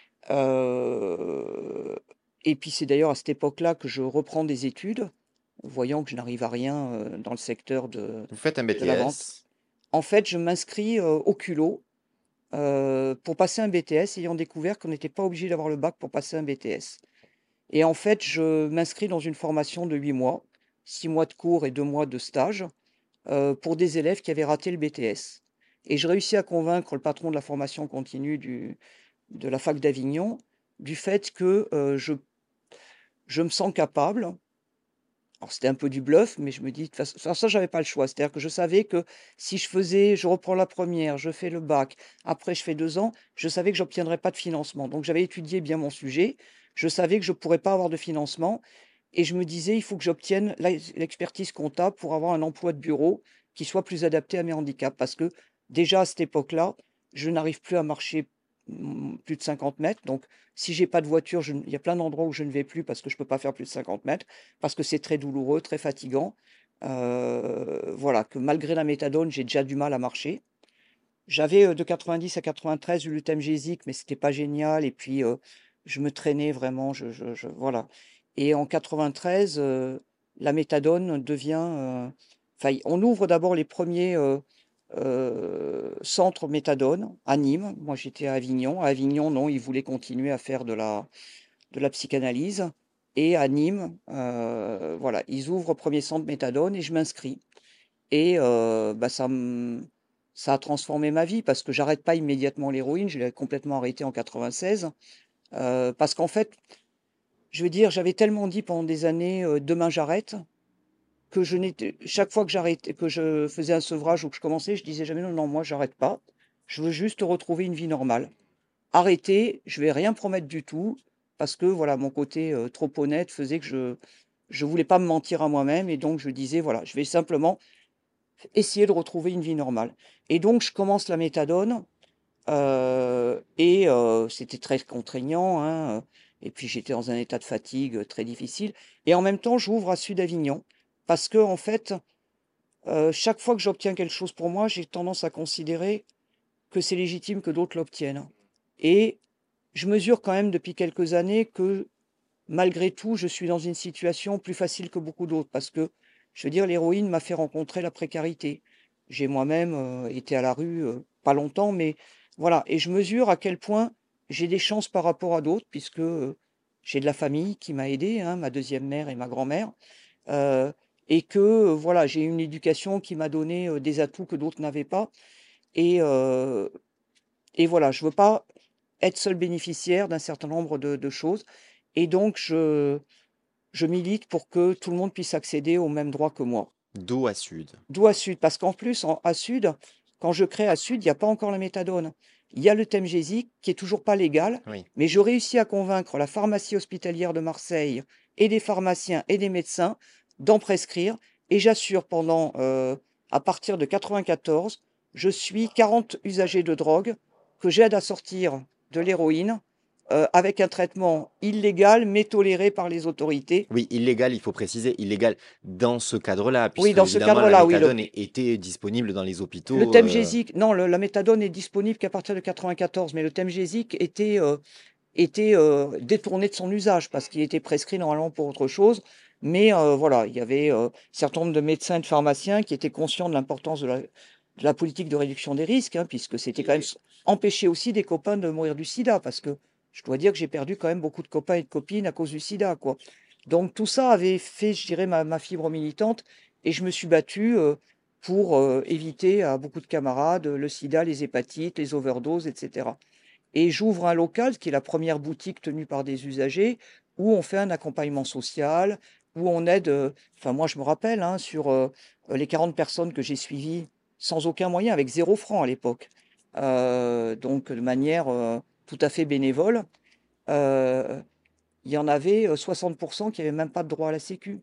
Heu et puis c'est d'ailleurs à cette époque-là que je reprends des études, voyant que je n'arrive à rien, dans le secteur Vous faites un de la vente. BTS. En fait, je m'inscris, au culot, pour passer un BTS, ayant découvert qu'on n'était pas obligé d'avoir le bac pour passer un BTS et en fait, je m'inscris dans une formation de 8 mois, 6 mois de cours et 2 mois de stage, pour des élèves qui avaient raté le BTS et je réussis à convaincre le patron de la formation continue de la fac d'Avignon, du fait que, je me sens capable. Alors c'était un peu du bluff, mais je me dis de toute façon enfin ça j'avais pas le choix. C'est-à-dire que je savais que si je reprends la première, je fais le bac, après je fais 2 ans, je savais que j'obtiendrais pas de financement. Donc j'avais étudié bien mon sujet, je savais que je pourrais pas avoir de financement et je me disais: «Il faut que j'obtienne l'expertise comptable pour avoir un emploi de bureau qui soit plus adapté à mes handicaps». Parce que déjà à cette époque-là, je n'arrive plus à marcher, plus de 50 mètres. Donc si j'ai pas de voiture, je ne il y a plein d'endroits où je ne vais plus parce que je peux pas faire plus de 50 mètres parce que c'est très douloureux, très fatigant. Voilà, que malgré la méthadone, j'ai déjà du mal à marcher. J'avais, de 90 à 93 eu le Temgesic, mais c'était pas génial et puis, je me traînais vraiment, je voilà et en 93, la méthadone devient, enfin, on ouvre d'abord les premiers centres méthadone à Nîmes. Moi, j'étais à Avignon. À Avignon, non, ils voulaient continuer à faire de la psychanalyse et à Nîmes, voilà, ils ouvrent premier centre méthadone et je m'inscris et bah, ça a transformé ma vie parce que j'arrête pas immédiatement l'héroïne, je l'ai complètement arrêtée en 96, parce qu'en fait, je veux dire, j'avais tellement dit pendant des années, «Demain j'arrête», que je n'étais chaque fois que j'arrêtais que je faisais un sevrage ou que je commençais, je disais jamais: «Non, non, moi j'arrête pas, je veux juste retrouver une vie normale». Arrêter, je vais rien promettre du tout parce que voilà, mon côté, trop honnête faisait que je voulais pas me mentir à moi-même et donc je disais: «Voilà, je vais simplement essayer de retrouver une vie normale» et donc je commence la méthadone, et c'était très contraignant, hein, Et puis j'étais dans un état de fatigue très difficile. Et en même temps, j'ouvre à Sud-Avignon parce que, en fait, chaque fois que j'obtiens quelque chose pour moi, j'ai tendance à considérer que c'est légitime que d'autres l'obtiennent. Et je mesure quand même depuis quelques années que malgré tout, je suis dans une situation plus facile que beaucoup d'autres parce que, je veux dire, l'héroïne m'a fait rencontrer la précarité. J'ai moi-même été à la rue pas longtemps, mais voilà. Et je mesure à quel point j'ai des chances par rapport à d'autres, puisque j'ai de la famille qui m'a aidé, hein, ma deuxième mère et ma grand-mère, euh, et que voilà, j'ai une éducation qui m'a donné des atouts que d'autres n'avaient pas. Et, euh, et voilà, je veux pas être seul bénéficiaire d'un certain nombre de choses. Et donc, je milite pour que tout le monde puisse accéder aux mêmes droits que moi. D'eau à sud. D'où à Sud, parce qu'en plus, à Sud, quand je crée à Sud, il n'y a pas encore la méthadone. Il y a le Temgesic qui est toujours pas légal, Oui. mais je réussis à convaincre la pharmacie hospitalière de Marseille et des pharmaciens et des médecins d'en prescrire. Et j'assure à partir de 94, je suis 40 usagers de drogue que j'aide à sortir de l'héroïne avec un traitement illégal mais toléré par les autorités. Oui, illégal, il faut préciser, illégal dans ce cadre-là, Oui, puisque dans ce évidemment la cadre-là, oui. méthadone était disponible dans les Le hôpitaux. Temgesic, non, la méthadone est disponible qu'à partir de 94, mais le Temgesic était détourné de son usage parce qu'il était prescrit normalement pour autre chose. Mais voilà, il y avait un certain nombre de médecins et de pharmaciens qui étaient conscients de l'importance de la politique de réduction des risques, hein, puisque c'était quand même empêcher aussi des copains de mourir du sida, parce que je dois dire que j'ai perdu quand même beaucoup de copains et de copines à cause du sida, quoi. Donc tout ça avait fait, je dirais, ma fibre militante, et je me suis battu pour éviter à beaucoup de camarades le sida, les hépatites, les overdoses, etc. Et j'ouvre un local qui est la première boutique tenue par des usagers où on fait un accompagnement social, où on aide, enfin moi je me rappelle, hein, sur les 40 personnes que j'ai suivies sans aucun moyen, avec 0 franc à l'époque, donc de manière tout à fait bénévole, euh, il y en avait 60% qui n'avaient même pas de droit à la Sécu.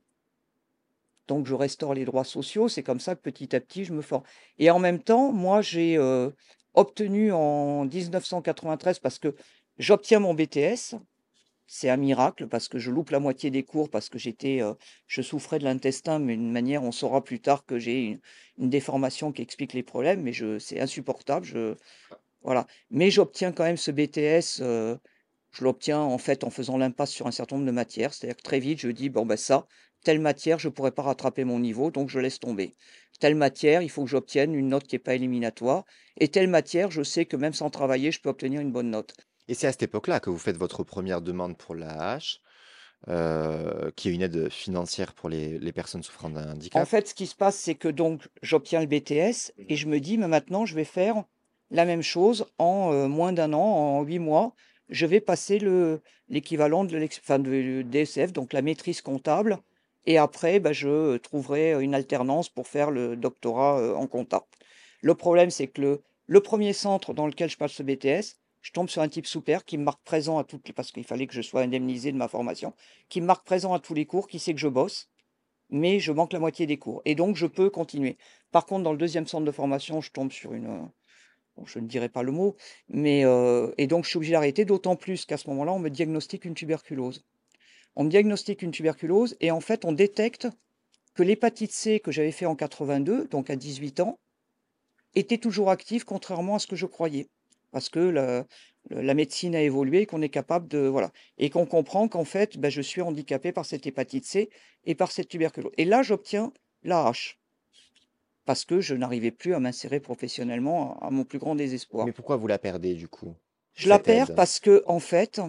Donc je restaure les droits sociaux, c'est comme ça que petit à petit je me forme. Et en même temps, moi j'ai obtenu en 1993, parce que j'obtiens mon BTS, c'est un miracle parce que je loupe la moitié des cours parce que je souffrais de l'intestin, mais d'une manière, on saura plus tard que j'ai une déformation qui explique les problèmes, mais c'est insupportable. Voilà. Mais j'obtiens quand même ce BTS. Je l'obtiens en fait en faisant l'impasse sur un certain nombre de matières. C'est-à-dire que très vite, je dis, bon, ben ça, telle matière, je ne pourrais pas rattraper mon niveau, donc je laisse tomber. Telle matière, il faut que j'obtienne une note qui n'est pas éliminatoire. Et telle matière, je sais que même sans travailler, je peux obtenir une bonne note. Et c'est à cette époque-là que vous faites votre première demande pour l'AAH, qui est une aide financière pour les personnes souffrant d'un En handicap. fait, ce qui se passe, c'est que donc j'obtiens le BTS et je me dis, mais maintenant, je vais faire la même chose en moins d'un an, en 8 mois. Je vais passer l'équivalent enfin, de DSF, donc la maîtrise comptable. Et après, bah, je trouverai une alternance pour faire le doctorat en compta. Le problème, c'est que le premier centre dans lequel je passe ce BTS, je tombe sur un type super qui me marque présent à toutes les, parce qu'il fallait que je sois indemnisé de ma formation, qui me marque présent à tous les cours, qui sait que je bosse, mais je manque la moitié des cours. Et donc, je peux continuer. Par contre, dans le deuxième centre de formation, je tombe sur bon, je ne dirai pas le mot, mais et donc je suis obligé d'arrêter, d'autant plus qu'à ce moment-là, on me diagnostique une tuberculose. On me diagnostique une tuberculose et en fait, on détecte que l'hépatite C que j'avais fait en 82, donc à 18 ans, était toujours active, contrairement à ce que je croyais. Parce que la médecine a évolué, qu'on est capable de... Voilà. Et qu'on comprend qu'en fait, ben, je suis handicapé par cette hépatite C et par cette tuberculose. Et là, j'obtiens l'AH, parce que je n'arrivais plus à m'insérer professionnellement, à mon plus grand désespoir. Mais pourquoi vous la perdez du coup, Je la cette perds aide? parce que, en fait,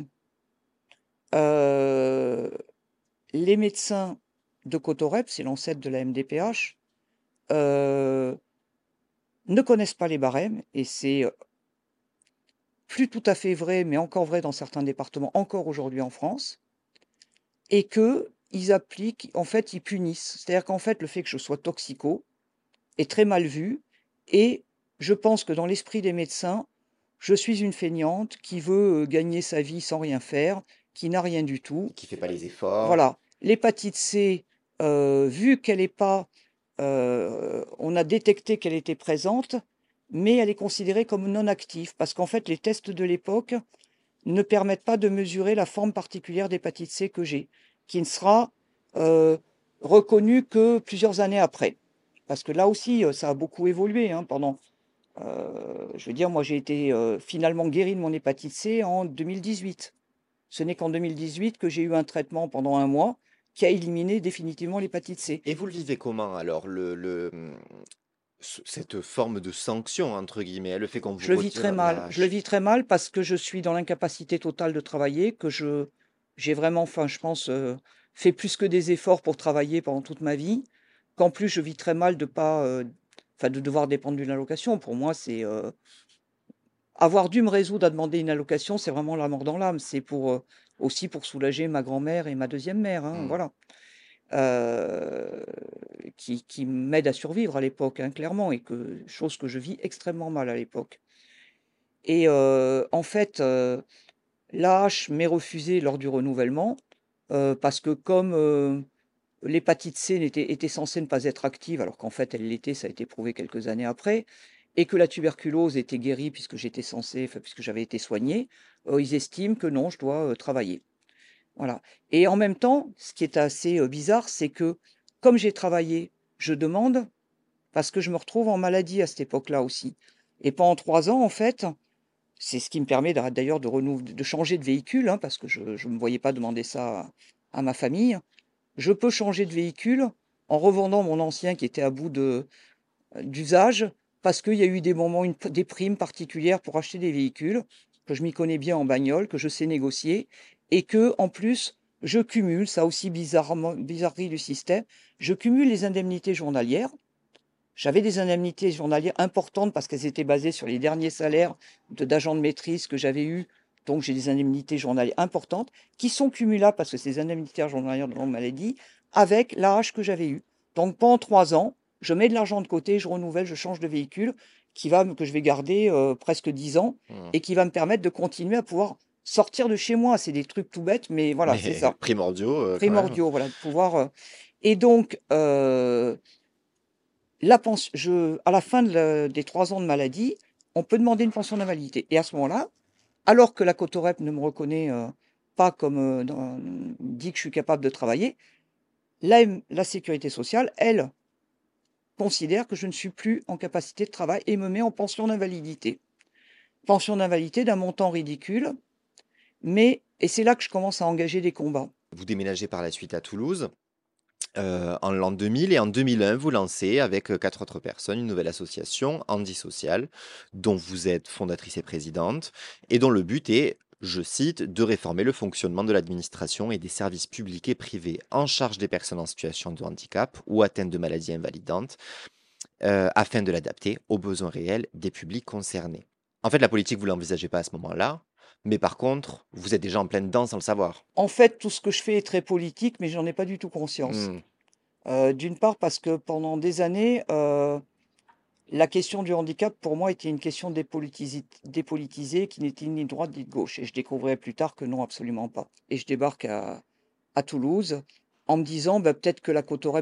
euh, les médecins de Cotorep, c'est l'ancêtre de la MDPH, euh, ne connaissent pas les barèmes, et c'est plus tout à fait vrai, mais encore vrai dans certains départements, encore aujourd'hui en France, et que ils appliquent, en fait, ils punissent. C'est-à-dire qu'en fait, le fait que je sois toxico est très mal vu, et je pense que dans l'esprit des médecins, je suis une feignante qui veut gagner sa vie sans rien faire, qui n'a rien du tout. Qui fait pas les efforts? Voilà. L'hépatite C, vu qu'elle est pas, on a détecté qu'elle était présente, mais elle est considérée comme non active, parce qu'en fait, les tests de l'époque ne permettent pas de mesurer la forme particulière d'hépatite C que j'ai, qui ne sera euh, reconnue que plusieurs années après. Parce que là aussi, ça a beaucoup évolué hein, pendant. Je veux dire, moi, j'ai été finalement guéri de mon hépatite C en 2018. Ce n'est qu'en 2018 que j'ai eu un traitement pendant un mois qui a éliminé définitivement l'hépatite C. Et vous le vivez comment alors, cette forme de sanction, entre guillemets, le fait qu'on vous Je le vis très retire mal. la Je le hache? vis très mal parce que je suis dans l'incapacité totale de travailler, que j'ai vraiment, enfin, je pense, fait plus que des efforts pour travailler pendant toute ma vie, qu'en plus je vis très mal de pas, enfin, de devoir dépendre d'une allocation. Pour moi, c'est avoir dû me résoudre à demander une allocation, c'est vraiment la mort dans l'âme. C'est pour aussi pour soulager ma grand-mère et ma deuxième mère, hein, Mmh. voilà, euh, qui m'aident à survivre à l'époque, hein, clairement, et que chose que je vis extrêmement mal à l'époque. Et en fait, l'AH m'est refusée lors du renouvellement, parce que comme, l'hépatite C était censée ne pas être active alors qu'en fait elle l'était, ça a été prouvé quelques années après et que la tuberculose était guérie puisque j'étais censé enfin puisque j'avais été soigné, ils estiment que non, je dois, travailler. Voilà et en même temps, ce qui est assez, bizarre, c'est que comme j'ai travaillé, je demande parce que je me retrouve en maladie à cette époque-là aussi et pendant 3 ans, en fait, c'est ce qui me permet d'ailleurs de changer de véhicule, hein, parce que je ne me voyais pas demander ça à ma famille. Je peux changer de véhicule en revendant mon ancien qui était à bout d'usage, parce qu'il y a eu des moments, des primes particulières pour acheter des véhicules, que je m'y connais bien en bagnole, que je sais négocier, et que en plus, je cumule, ça aussi bizarrement, bizarrerie du système, je cumule les indemnités journalières. J'avais des indemnités journalières importantes parce qu'elles étaient basées sur les derniers salaires d'agents de maîtrise que j'avais eus. Donc j'ai des indemnités journalières importantes qui sont cumulables parce que c'est des indemnités journalières de longue maladie avec l'âge que j'avais eu. Donc pendant 3 ans, je mets de l'argent de côté, je renouvelle, je change de véhicule que je vais garder presque 10 ans Mmh. et qui va me permettre de continuer à pouvoir sortir de chez moi. C'est des trucs tout bêtes, mais voilà, c'est Mais ça. primordiaux, quand même. Primordiaux, voilà, de pouvoir. Et donc, à la fin des 3 ans de maladie, on peut demander une pension d'invalidité. Et à ce moment-là, alors que la Cotorep ne me reconnaît pas comme dit que je suis capable de travailler, la sécurité sociale, elle, considère que je ne suis plus en capacité de travail et me met en pension d'invalidité. Pension d'invalidité d'un montant ridicule, et c'est là que je commence à engager des combats. Vous déménagez par la suite à Toulouse, en l'an 2000 et en 2001, vous lancez avec, 4 autres personnes, une nouvelle association, Handi Social, dont vous êtes fondatrice et présidente et dont le but est, je cite: «De réformer le fonctionnement de l'administration et des services publics et privés en charge des personnes en situation de handicap ou atteintes de maladies invalidantes, afin de l'adapter aux besoins réels des publics concernés». En fait, la politique, vous l'envisagez pas à ce moment-là, mais par contre, vous êtes déjà en pleine dedans sans le savoir. En fait, tout ce que je fais est très politique, mais j'en ai pas du tout conscience. Mmh. D'une part parce que pendant des années, la question du handicap, pour moi, était une question dépolitisée qui n'était ni de droite ni de gauche. Et je découvrais plus tard que non, absolument pas. Et je débarque à Toulouse en me disant bah, peut-être que la Cotorep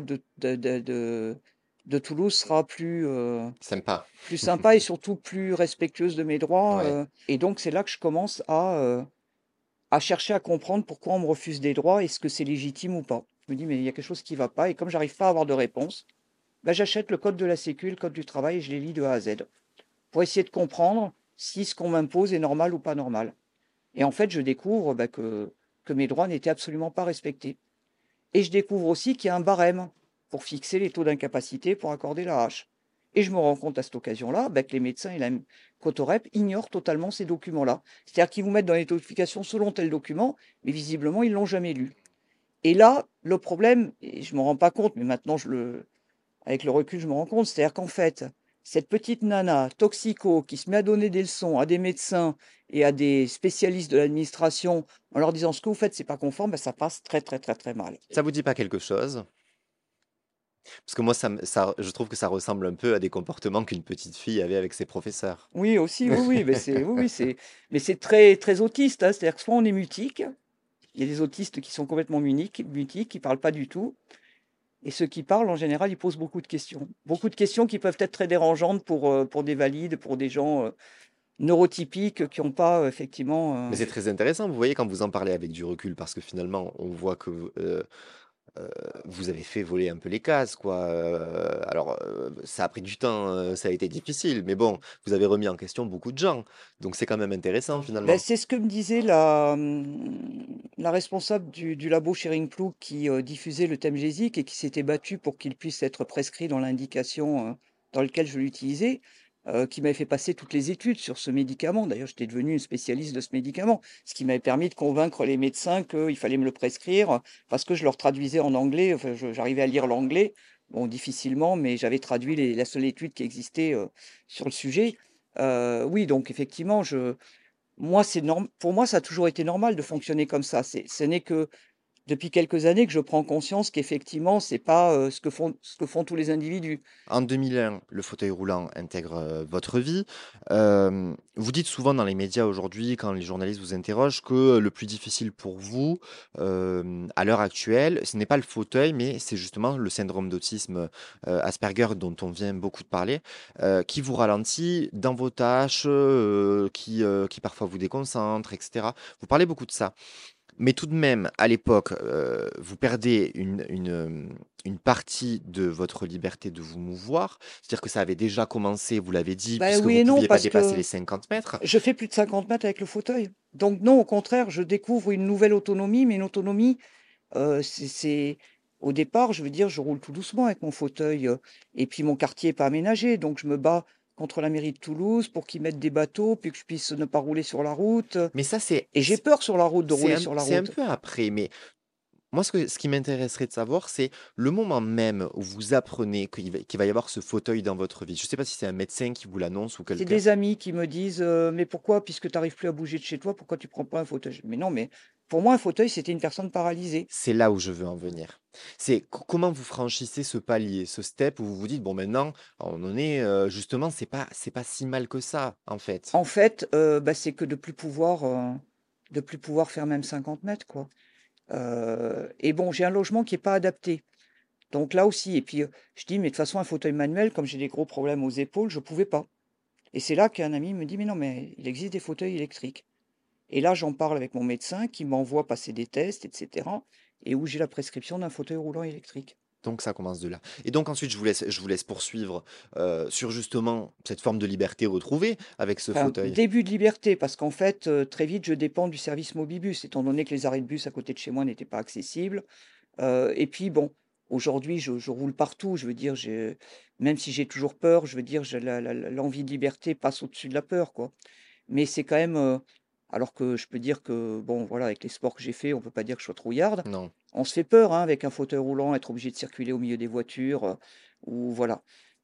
de Toulouse sera Sympa. plus sympa et surtout plus respectueuse de mes droits. Ouais. Et donc, c'est là que je commence à chercher à comprendre pourquoi on me refuse des droits, est-ce que c'est légitime ou pas. Je me dis, mais il y a quelque chose qui ne va pas. Et comme j'arrive pas à avoir de réponse, bah, j'achète le code de la Sécu, le code du travail, et je les lis de A à Z pour essayer de comprendre si ce qu'on m'impose est normal ou pas normal. Et en fait, je découvre bah, que mes droits n'étaient absolument pas respectés. Et je découvre aussi qu'il y a un barème pour fixer les taux d'incapacité pour accorder la hache. Et je me rends compte à cette occasion-là bah, que les médecins et la Cotorep ignorent totalement ces documents-là. C'est-à-dire qu'ils vous mettent dans les notifications selon tel document, mais visiblement, ils ne l'ont jamais lu. Et là, le problème, et je ne m'en rends pas compte, mais maintenant, avec le recul, je me rends compte, c'est-à-dire qu'en fait, cette petite nana toxico qui se met à donner des leçons à des médecins et à des spécialistes de l'administration en leur disant ce que vous faites, c'est pas conforme, ben ça passe très très très très mal. Ça vous dit pas quelque chose? Parce que moi, je trouve que ça ressemble un peu à des comportements qu'une petite fille avait avec ses professeurs. Oui, aussi, oui, oui, mais c'est très très autiste, hein, c'est-à-dire que soit on est mutique, il y a des autistes qui sont complètement mutiques, qui parlent pas du tout, et ceux qui parlent en général, ils posent beaucoup de questions qui peuvent être très dérangeantes pour des valides, pour des gens neurotypiques qui ont pas effectivement, Mais c'est très intéressant, vous voyez, quand vous en parlez avec du recul, parce que finalement, on voit que Heu, vous avez fait voler un peu les cases, quoi, alors, ça a pris du temps, ça a été difficile, mais bon, vous avez remis en question beaucoup de gens, donc c'est quand même intéressant beh, finalement. c'est ce que me disait la responsable du labo Schering-Plough qui, diffusait le thème gésique et qui s'était battue pour qu'il puisse être prescrit dans l'indication, dans lequel je l'utilisais, qui m'avait fait passer toutes les études sur ce médicament. D'ailleurs, j'étais devenue une spécialiste de ce médicament, ce qui m'avait permis de convaincre les médecins qu'il fallait me le prescrire, parce que je leur traduisais en anglais, enfin j'arrivais à lire l'anglais, bon difficilement, mais j'avais traduit la seule étude qui existait, sur le sujet. Oui, donc effectivement, moi, pour moi, ça a toujours été normal de fonctionner comme ça. Ce n'est que depuis quelques années que je prends conscience qu'effectivement, c'est pas, ce que font tous les individus. En 2001, le fauteuil roulant intègre, votre vie. Vous dites souvent dans les médias aujourd'hui, quand les journalistes vous interrogent, que le plus difficile pour vous, à l'heure actuelle, ce n'est pas le fauteuil, mais c'est justement le syndrome d'autisme, Asperger dont on vient beaucoup de parler, qui vous ralentit dans vos tâches, qui parfois vous déconcentre et cetera. Vous parlez beaucoup de ça. Mais tout de même, à l'époque, vous perdez une partie de votre liberté de vous mouvoir. C'est-à-dire que ça avait déjà commencé, vous l'avez dit, Bah, puisque oui vous ne et non, pouviez pas parce dépasser que les 50 mètres. je fais plus de 50 mètres avec le fauteuil. Donc non, au contraire, je découvre une nouvelle autonomie, mais une autonomie, c'est au départ, je veux dire, je roule tout doucement avec mon fauteuil, et puis mon quartier est pas aménagé, donc je me bats contre la mairie de Toulouse pour qu'ils mettent des bateaux, puis que je puisse ne pas rouler sur la route, Mais ça, et j'ai peur sur la route, de rouler sur la c'est un route. peu après. Mais moi, ce qui m'intéresserait de savoir, c'est le moment même où vous apprenez qu'il va y avoir ce fauteuil dans votre vie. Je ne sais pas si c'est un médecin qui vous l'annonce ou C'est quelqu'un. des amis qui me disent, «Mais pourquoi, puisque tu arrives plus à bouger de chez toi, pourquoi tu prends pas un fauteuil?» Je dis: «Mais non, mais pour moi, un fauteuil, c'était une personne paralysée». C'est là où je veux en venir. C'est comment vous franchissez ce palier, ce step où vous vous dites: «Bon maintenant, on en est, justement, c'est pas si mal que ça, en fait». En fait, bah, c'est que de plus pouvoir faire même 50 mètres, quoi. Et bon, j'ai un logement qui est pas adapté. Donc là aussi et puis, je dis: «Mais de toute façon, un fauteuil manuel, comme j'ai des gros problèmes aux épaules, je pouvais pas». Et c'est là qu'un ami me dit: «Mais non, mais il existe des fauteuils électriques». Et là, j'en parle avec mon médecin qui m'envoie passer des tests et cetera et où j'ai la prescription d'un fauteuil roulant électrique. Donc ça commence de là. Et donc ensuite, je vous laisse poursuivre, sur justement cette forme de liberté retrouvée avec ce Enfin, fauteuil. début de liberté parce qu'en fait, très vite, je dépends du service Mobibus étant donné que les arrêts de bus à côté de chez moi n'étaient pas accessibles. Et puis bon, aujourd'hui, je roule partout. Je veux dire, même si j'ai toujours peur, je veux dire, j'ai l'envie de liberté passe au-dessus de la peur, quoi. Mais c'est quand même, alors que je peux dire que, bon, voilà, avec les sports que j'ai faits, on peut pas dire que je sois trouillarde. Non. On se fait peur, hein, avec un fauteuil roulant, être obligé de circuler au milieu des voitures, ou voilà.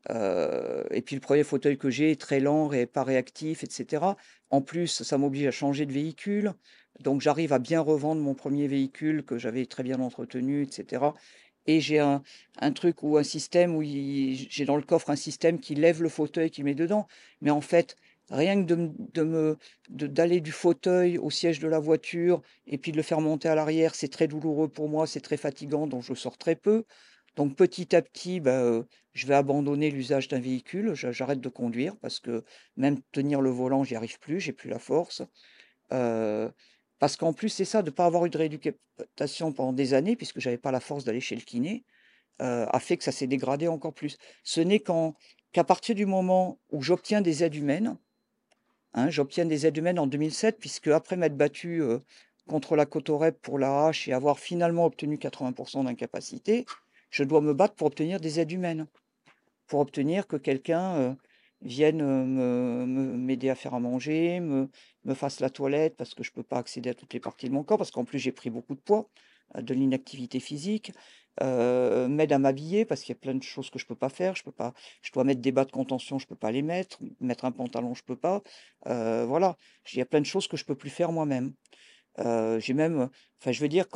Et puis le premier fauteuil que j'ai est très lent et pas réactif et cetera. En plus, ça m'oblige à changer de véhicule, donc j'arrive à bien revendre mon premier véhicule que j'avais très bien entretenu et cetera. Et j'ai un truc ou un système où j'ai dans le coffre un système qui lève le fauteuil, qui met dedans. Mais en fait, rien que d'aller du fauteuil au siège de la voiture et puis de le faire monter à l'arrière, c'est très douloureux pour moi, c'est très fatigant, donc je sors très peu. Donc petit à petit, bah, je vais abandonner l'usage d'un véhicule, j'arrête de conduire parce que même tenir le volant, j'y arrive plus, j'ai plus la force. Heu, Parce qu'en plus, c'est ça, de ne pas avoir eu de rééducation pendant des années, puisque j'avais pas la force d'aller chez le kiné, a fait que ça s'est dégradé encore plus. Ce n'est qu'à partir du moment où j'obtiens des aides humaines, hein, j'obtiens des aides humaines en 2007 puisque après m'être battu, contre la Cotorep pour la hache et avoir finalement obtenu 80 d'incapacité, je dois me battre pour obtenir des aides humaines. Pour obtenir que quelqu'un, vienne, m'aider à faire à manger, me fasse la toilette parce que je peux pas accéder à toutes les parties de mon corps, parce qu'en plus j'ai pris beaucoup de poids, de l'inactivité physique, m'aide à m'habiller parce qu'il y a plein de choses que je peux pas faire. Je dois mettre des bas de contention, je peux pas les mettre, mettre un pantalon, je peux pas, voilà. Il y a plein de choses que je peux plus faire moi-même. J'ai même, enfin je veux dire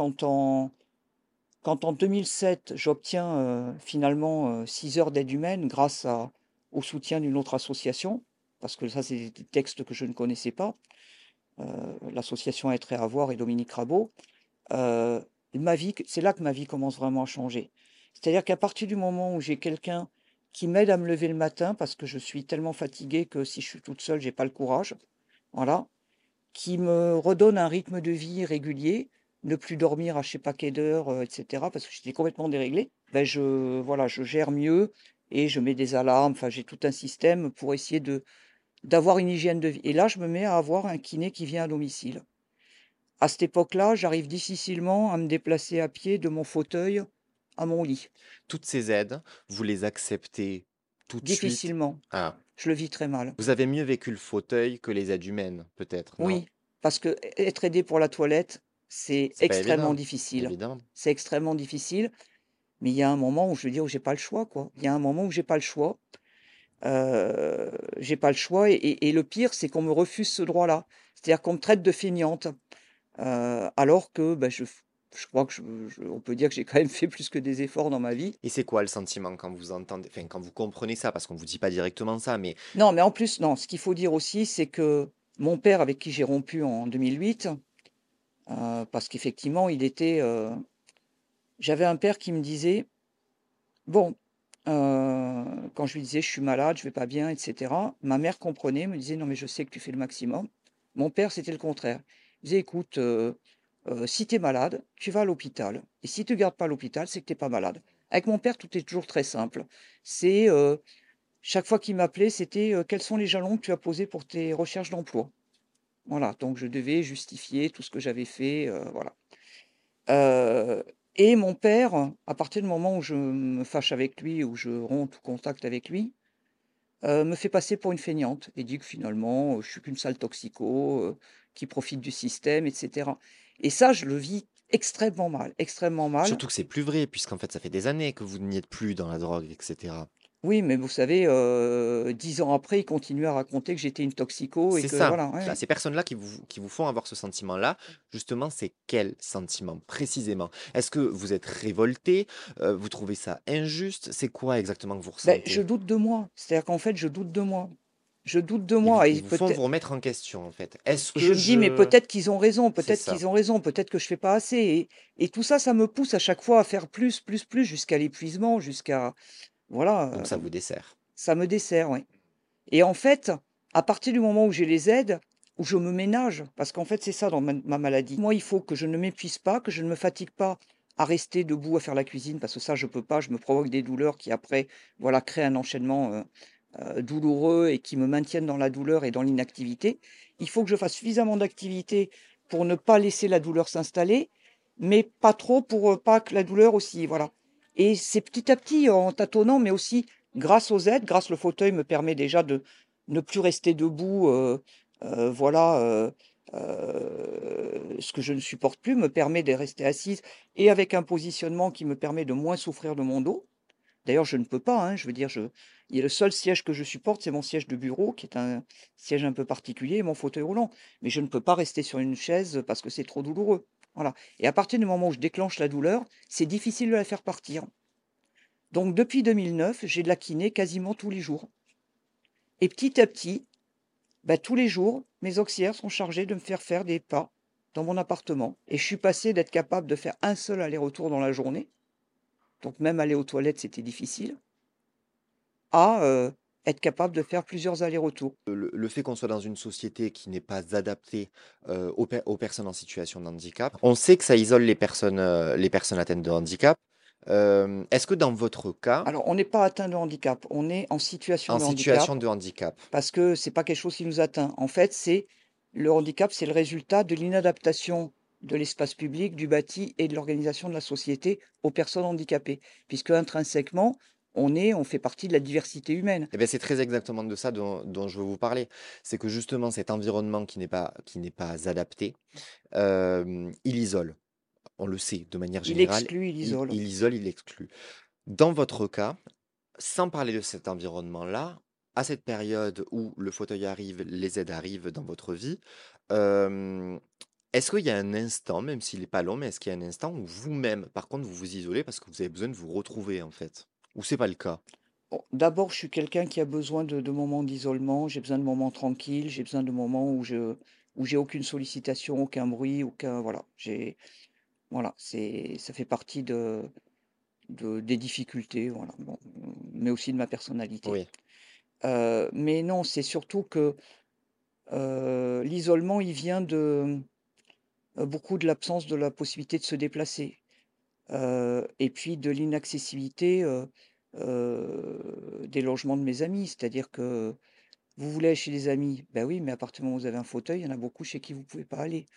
quand en 2007, j'obtiens, finalement, 6 heures d'aide humaine grâce au soutien d'une autre association, parce que ça, c'est des textes que je ne connaissais pas, l'association Être et avoir et Dominique Rabault, heu, c'est là que ma vie commence vraiment à changer. C'est-à-dire qu'à partir du moment où j'ai quelqu'un qui m'aide à me lever le matin parce que je suis tellement fatiguée que si je suis toute seule, j'ai pas le courage. Voilà. Qui me redonne un rythme de vie régulier, ne plus dormir à je sais pas quelle heure, et cetera, parce que j'étais complètement déréglée. Ben voilà, je gère mieux et je mets des alarmes, enfin, j'ai tout un système pour essayer d'avoir une hygiène de vie et là, je me mets à avoir un kiné qui vient à domicile. À cette époque-là, j'arrive difficilement à me déplacer à pied de mon fauteuil à mon lit. Toutes ces aides, vous les acceptez tout de suite? Difficilement, Ah, je le vis très mal. vous avez mieux vécu le fauteuil que les aides humaines, peut-être, non? Oui, parce que être aidé pour la toilette, c'est C'est pas extrêmement évident, difficile. évidemment. C'est extrêmement difficile. Mais il y a un moment où je veux dire où j'ai pas le choix, quoi. Il y a un moment où j'ai pas le choix. J'ai pas le choix et le pire, c'est qu'on me refuse ce droit-là. C'est-à-dire qu'on me traite de feignante, alors que, bah, je crois que je on peut dire que j'ai quand même fait plus que des efforts dans ma vie. Et c'est quoi le sentiment quand vous entendez, enfin, quand vous comprenez ça? Parce qu'on vous dit pas directement ça, mais Non, mais en plus, non, ce qu'il faut dire aussi, c'est que mon père avec qui j'ai rompu en 2008, parce qu'effectivement, j'avais un père qui me disait: «Bon», quand je lui disais: «Je suis malade, je vais pas bien» et cetera, ma mère comprenait, me disait: «Non, mais je sais que tu fais le maximum». Mon père, c'était le contraire. Il disait: «Écoute, si tu es malade, tu vas à l'hôpital et si tu gardes pas à l'hôpital, c'est que tu es pas malade». Avec mon père, tout est toujours très simple. C'est, chaque fois qu'il m'appelait, c'était, «Quels sont les jalons que tu as posés pour tes recherches d'emploi?» Voilà, donc je devais justifier tout ce que j'avais fait, voilà. Heu et mon père, à partir du moment où je me fâche avec lui, où je romps tout contact avec lui, me fait passer pour une feignante et dit que finalement, je suis qu'une sale toxico, qui profite du système et cetera et ça, je le vis extrêmement mal, extrêmement mal. surtout que c'est plus vrai puisqu'en fait, ça fait des années que vous n'y êtes plus dans la drogue et cetera. Oui, mais vous savez, 10 ans après, il continue à raconter que j'étais une toxico et C'est que ça. voilà, ouais, Bah, ouais. ces personnes-là qui vous font avoir ce sentiment-là, justement, c'est quel sentiment précisément? Est-ce que vous êtes révolté? Vous trouvez ça injuste? C'est quoi exactement que vous Beh, je ressentez? doute de moi. C'est-à-dire qu'en fait, je doute de moi. Je doute de Ils vous moi ils et vous font vous peut-être. remettre en question, en fait. Est-ce Et je que me dis: «Mais je peut-être qu'ils ont raison, c'est peut-être ça, qu'ils ont raison, peut-être que je fais pas assez» et tout ça, ça me pousse à chaque fois à faire plus, plus, plus jusqu'à l'épuisement, jusqu'à donc voilà, ça vous dessert. ça me dessert, oui et en fait, à partir du moment où j'ai les aides, où je me ménage, parce qu'en fait, c'est ça dans ma maladie. Moi, il faut que je ne m'épuise pas, que je ne me fatigue pas à rester debout à faire la cuisine parce que ça, je peux pas, je me provoque des douleurs qui après, voilà, créent un enchaînement, douloureux et qui me maintiennent dans la douleur et dans l'inactivité. Il faut que je fasse suffisamment d'activité pour ne pas laisser la douleur s'installer, mais pas trop pour, pas que la douleur aussi, voilà. Et c'est petit à petit, en tâtonnant, mais aussi grâce aux aides, grâce le fauteuil me permet déjà de ne plus rester debout, voilà, ce que je ne supporte plus me permet de rester assise et avec un positionnement qui me permet de moins souffrir de mon dos. D'ailleurs, je ne peux pas, hein, je veux dire, il y a le seul siège que je supporte, c'est mon siège de bureau, qui est un siège un peu particulier, et mon fauteuil roulant. Mais je ne peux pas rester sur une chaise parce que c'est trop douloureux. Voilà. Et à partir du moment où je déclenche la douleur, c'est difficile de la faire partir. Donc, depuis 2009, j'ai de la kiné quasiment tous les jours. Et petit à petit, bah, tous les jours, mes auxiliaires sont chargés de me faire faire des pas dans mon appartement. Et je suis passé d'être capable de faire un seul aller-retour dans la journée. Donc, même aller aux toilettes, c'était difficile à, être capable de faire plusieurs allers-retours. Le fait qu'on soit dans une société qui n'est pas adaptée, aux personnes en situation de handicap, on sait que ça isole les personnes atteintes de handicap. Est-ce que dans votre cas, Alors, on n'est pas atteint de handicap, on est en situation en de situation handicap de handicap, parce que c'est pas quelque chose qui nous atteint. En fait, c'est le handicap, c'est le résultat de l'inadaptation de l'espace public, du bâti et de l'organisation de la société aux personnes handicapées. Puisque intrinsèquement, on fait partie de la diversité humaine. eh beh, c'est très exactement de ça dont je veux vous parler. C'est que justement cet environnement qui n'est pas adapté, il isole. On le sait de manière Il générale, exclut, il isole. il isole, il exclut. Dans votre cas, sans parler de cet environnement-là, à cette période où le fauteuil arrive, les aides arrivent dans votre vie, hem, est-ce qu'il y a un instant, même s'il est pas long, mais est-ce qu'il y a un instant où vous-même, par contre, vous vous isolez parce que vous avez besoin de vous retrouver, en fait? Ou c'est pas le cas? Bon, d'abord, je suis quelqu'un qui a besoin de moments d'isolement, j'ai besoin de moments tranquilles, j'ai besoin de moments où j'ai aucune sollicitation, aucun bruit, aucun voilà, voilà, ça fait partie des difficultés, voilà, bon, mais aussi de ma personnalité. Oui, Mais non, c'est surtout que, l'isolement, il vient de, beaucoup de l'absence de la possibilité de se déplacer, et puis de l'inaccessibilité, des logements de mes amis. C'est-à-dire que vous voulez aller chez les amis, ben oui, mais à partir du moment où vous avez un fauteuil, il y en a beaucoup chez qui vous pouvez pas aller.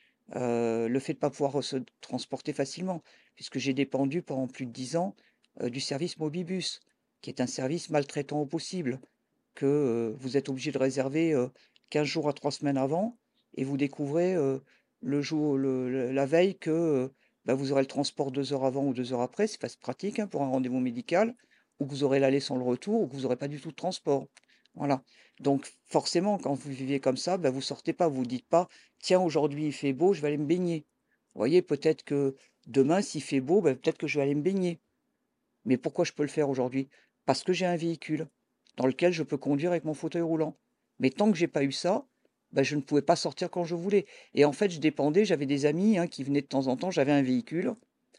Le fait de pas pouvoir se transporter facilement, puisque j'ai dépendu pendant plus de 10 ans, du service Mobibus, qui est un service maltraitant au possible, que, vous êtes obligé de réserver, 15 jours à 3 semaines avant et vous découvrez, le jour la veille que, bah, vous aurez le transport 2 heures avant ou 2 heures après, c'est pas pratique, hein, pour un rendez-vous médical, ou que vous aurez l'aller sans le retour, ou que vous aurez pas du tout de transport. Voilà. Donc forcément, quand vous vivez comme ça, bah, vous sortez pas, vous vous dites pas: «Tiens, aujourd'hui il fait beau, je vais aller me baigner». Vous voyez, peut-être que demain s'il fait beau, bah, peut-être que je vais aller me baigner. Mais pourquoi je peux le faire aujourd'hui? Parce que j'ai un véhicule dans lequel je peux conduire avec mon fauteuil roulant. Mais tant que j'ai pas eu ça, bah, je ne pouvais pas sortir quand je voulais. Et en fait, je dépendais, j'avais des amis, hein, qui venaient de temps en temps, j'avais un véhicule,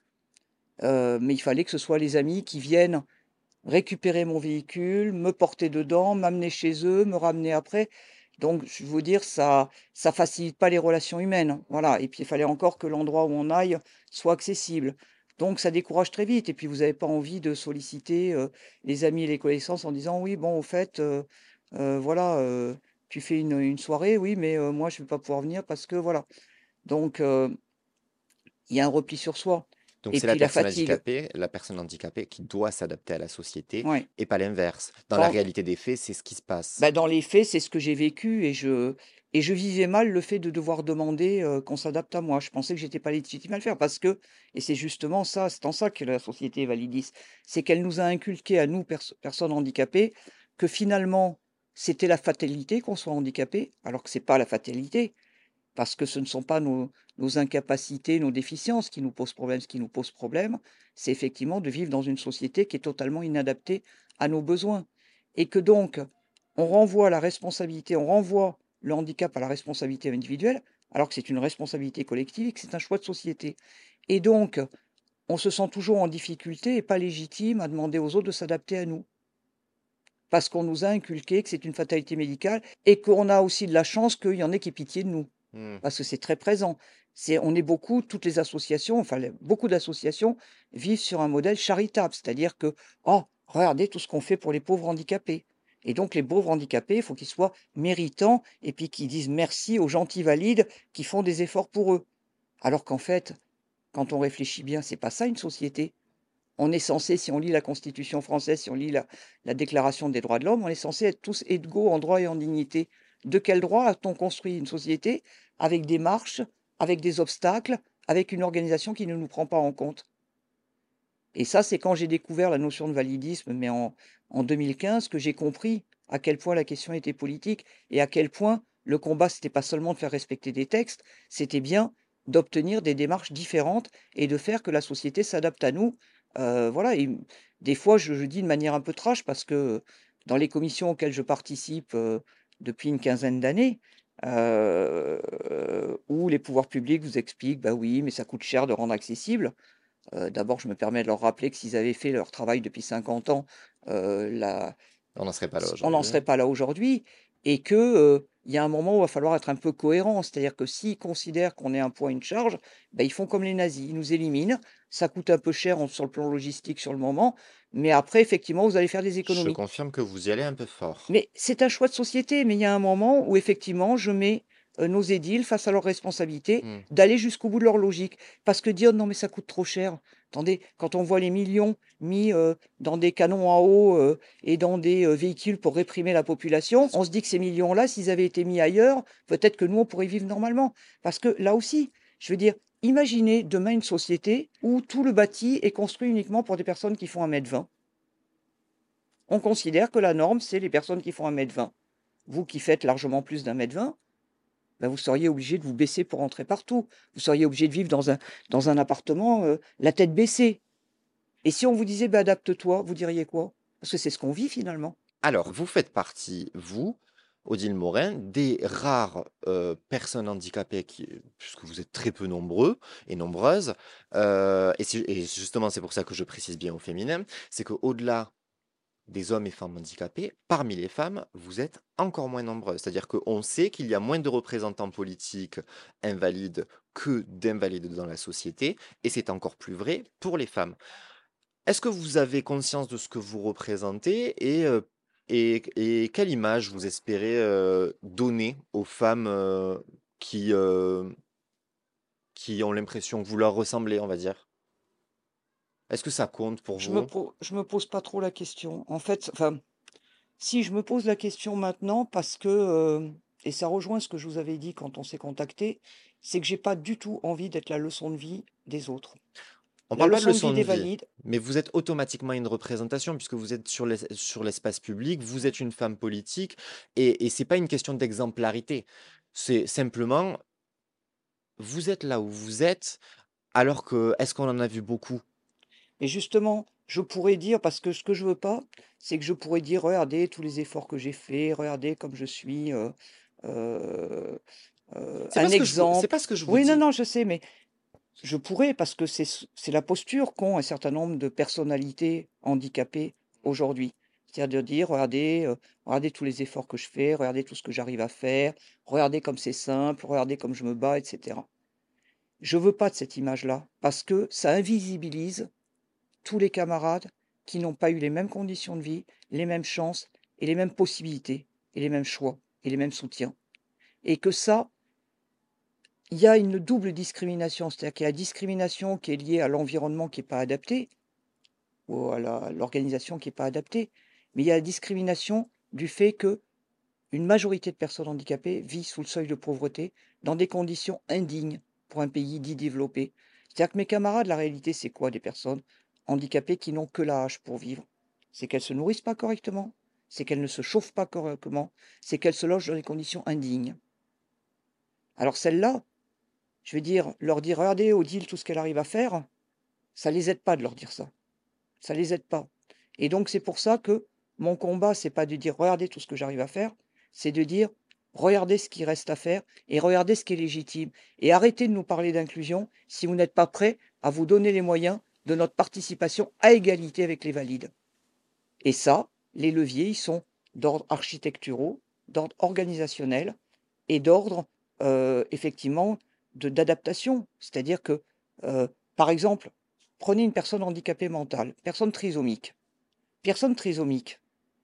mais il fallait que ce soit les amis qui viennent récupérer mon véhicule, me porter dedans, m'amener chez eux, me ramener après. Donc, je veux vous dire, ça facilite pas les relations humaines, hein, voilà. Et puis, il fallait encore que l'endroit où on aille soit accessible. Donc, ça décourage très vite. Et puis, vous n'avez pas envie de solliciter les amis et les connaissances en disant, oui, bon, au fait, voilà, tu fais une soirée, oui, mais moi, je ne vais pas pouvoir venir parce que voilà. Donc, il y a un repli sur soi. donc Et c'est puis, la fatigue. la personne handicapée qui doit s'adapter à la société Ouais. et pas l'inverse. Dans la réalité des faits, c'est ce qui se passe. Bah, dans les faits, c'est ce que j'ai vécu et je vivais mal le fait de devoir demander, qu'on s'adapte à moi. Je pensais que j'étais pas légitime à le faire parce que et c'est justement ça, c'est en ça que la société est validiste, c'est qu'elle nous a inculqué à nous personnes handicapées que finalement, c'était la fatalité qu'on soit handicapé, alors que c'est pas la fatalité. Parce que ce ne sont pas nos incapacités, nos déficiences qui nous posent problème. Ce qui nous pose problème, c'est effectivement de vivre dans une société qui est totalement inadaptée à nos besoins et que donc on renvoie la responsabilité, on renvoie le handicap à la responsabilité individuelle, alors que c'est une responsabilité collective et que c'est un choix de société. Et donc, on se sent toujours en difficulté et pas légitime à demander aux autres de s'adapter à nous. Parce qu'on nous a inculqué que c'est une fatalité médicale et qu'on a aussi de la chance qu'il y en ait qui aient pitié de nous. Mmh. Parce que c'est très présent. On est beaucoup, toutes les associations, enfin beaucoup d'associations vivent sur un modèle charitable, c'est-à-dire que, oh, regardez tout ce qu'on fait pour les pauvres handicapés. Et donc les pauvres handicapés, il faut qu'ils soient méritants et puis qu'ils disent merci aux gentils valides qui font des efforts pour eux. Alors qu'en fait, quand on réfléchit bien, c'est pas ça une société. On est censé, si on lit la Constitution française, si on lit la Déclaration des droits de l'homme, on est censé être tous égaux en droit et en dignité. De quel droit a-t-on construit une société avec des marches, avec des obstacles, avec une organisation qui ne nous prend pas en compte? Et ça, c'est quand j'ai découvert la notion de validisme, mais en 2015, que j'ai compris à quel point la question était politique et à quel point le combat, c'était pas seulement de faire respecter des textes, c'était bien d'obtenir des démarches différentes et de faire que la société s'adapte à nous. Voilà, et des fois, je dis de manière un peu trash parce que dans les commissions auxquelles je participe depuis une quinzaine d'années, où les pouvoirs publics vous expliquent, bah oui, mais ça coûte cher de rendre accessible. D'abord, je me permets de leur rappeler que s'ils avaient fait leur travail depuis 50 ans, la On n'en serait pas là on n'en aujourd'hui. serait pas là aujourd'hui et que, il y a un moment où il va falloir être un peu cohérent. C'est-à-dire que s'ils considèrent qu'on est un poids, une charge, bah, ils font comme les nazis, ils nous éliminent. Ça coûte un peu cher sur le plan logistique sur le moment, mais après effectivement, vous allez faire des Je économies. confirme que vous y allez un peu fort. Mais c'est un choix de société, mais il y a un moment où effectivement je mets, nos édiles face à leurs responsabilités Mmh. d'aller jusqu'au bout de leur logique. Parce que dire: «Non mais ça coûte trop cher». Attendez, quand on voit les millions mis, dans des canons à eau, et dans des, véhicules pour réprimer la population, on se dit que ces millions-là, s'ils avaient été mis ailleurs, peut-être que nous, on pourrait vivre normalement. Parce que là aussi, je veux dire, imaginez demain une société où tout le bâti est construit uniquement pour des personnes qui font 1,20 m. On considère que la norme, c'est les personnes qui font 1,20 m. Vous qui faites largement plus d'1,20 m, bah, vous seriez obligé de vous baisser pour entrer partout. Vous seriez obligé de vivre dans un appartement, la tête baissée. Et si on vous disait: «Bah, adapte-toi», vous diriez quoi? Parce que c'est ce qu'on vit finalement. Alors, vous faites partie, vous, Odile Morin, des rares, personnes handicapées puisque vous êtes très peu nombreux et nombreuses, et justement, c'est pour ça que je précise bien au féminin, c'est qu'au-delà des hommes et femmes handicapés, parmi les femmes, vous êtes encore moins nombreuses. C'est-à-dire qu'on sait qu'il y a moins de représentants politiques invalides que d'invalides dans la société, et c'est encore plus vrai pour les femmes. Est-ce que vous avez conscience de ce que vous représentez et quelle image vous espérez donner aux femmes qui, euh, qui ont l'impression que vous leur ressemblez, on va dire? Est-ce que ça compte pour vous? Je me pose pas trop la question. En fait, enfin, si je me pose la question maintenant parce que, et ça rejoint ce que je vous avais dit quand on s'est contacté, c'est que j'ai pas du tout envie d'être la leçon de vie des autres. On La parle pas de leçon de leçon vie de des vie, valides, mais vous êtes automatiquement une représentation puisque vous êtes sur l'espace public, vous êtes une femme politique et c'est pas une question d'exemplarité. C'est simplement, vous êtes là où vous êtes, alors que, est-ce qu'on en a vu beaucoup? et justement, je pourrais dire, parce que ce que je veux pas, c'est que je pourrais dire: «Regardez tous les efforts que j'ai faits, regardez comme je suis, heu un C'est exemple». pas ce que je vous Oui, non, dis. non, je sais, mais je pourrais parce que c'est la posture qu'ont un certain nombre de personnalités handicapées aujourd'hui. C'est-à-dire de dire: «Regardez, regardez tous les efforts que je fais, regardez tout ce que j'arrive à faire, regardez comme c'est simple, regardez comme je me bats» et cetera. Je veux pas de cette image-là parce que ça invisibilise tous les camarades qui n'ont pas eu les mêmes conditions de vie, les mêmes chances et les mêmes possibilités et les mêmes choix et les mêmes soutiens. Et que ça, il y a une double discrimination. C'est-à-dire qu'il y a la discrimination qui est liée à l'environnement qui est pas adapté ou à l'organisation qui est pas adaptée, mais il y a la discrimination du fait que une majorité de personnes handicapées vit sous le seuil de pauvreté dans des conditions indignes pour un pays dit développé. C'est-à-dire que mes camarades, la réalité, c'est quoi des personnes handicapées qui n'ont que la hache pour vivre? C'est qu'elles se nourrissent pas correctement, c'est qu'elles ne se chauffent pas correctement, c'est qu'elles se logent dans des conditions indignes. Alors celles-là, je vais dire, leur dire: «Regardez Odile tout ce qu'elle arrive à faire», ça les aide pas de leur dire ça. Ça les aide pas. Et donc c'est pour ça que mon combat, c'est pas de dire: «Regardez tout ce que j'arrive à faire», c'est de dire: «Regardez ce qui reste à faire et regardez ce qui est légitime et arrêtez de nous parler d'inclusion si vous n'êtes pas prêts à vous donner les moyens de notre participation à égalité avec les valides». Et ça, les leviers, ils sont d'ordre architecturaux, d'ordre organisationnel et d'ordre, effectivement, d'adaptation. C'est-à-dire que, par exemple, prenez une personne handicapée mentale, personne trisomique. Personne trisomique.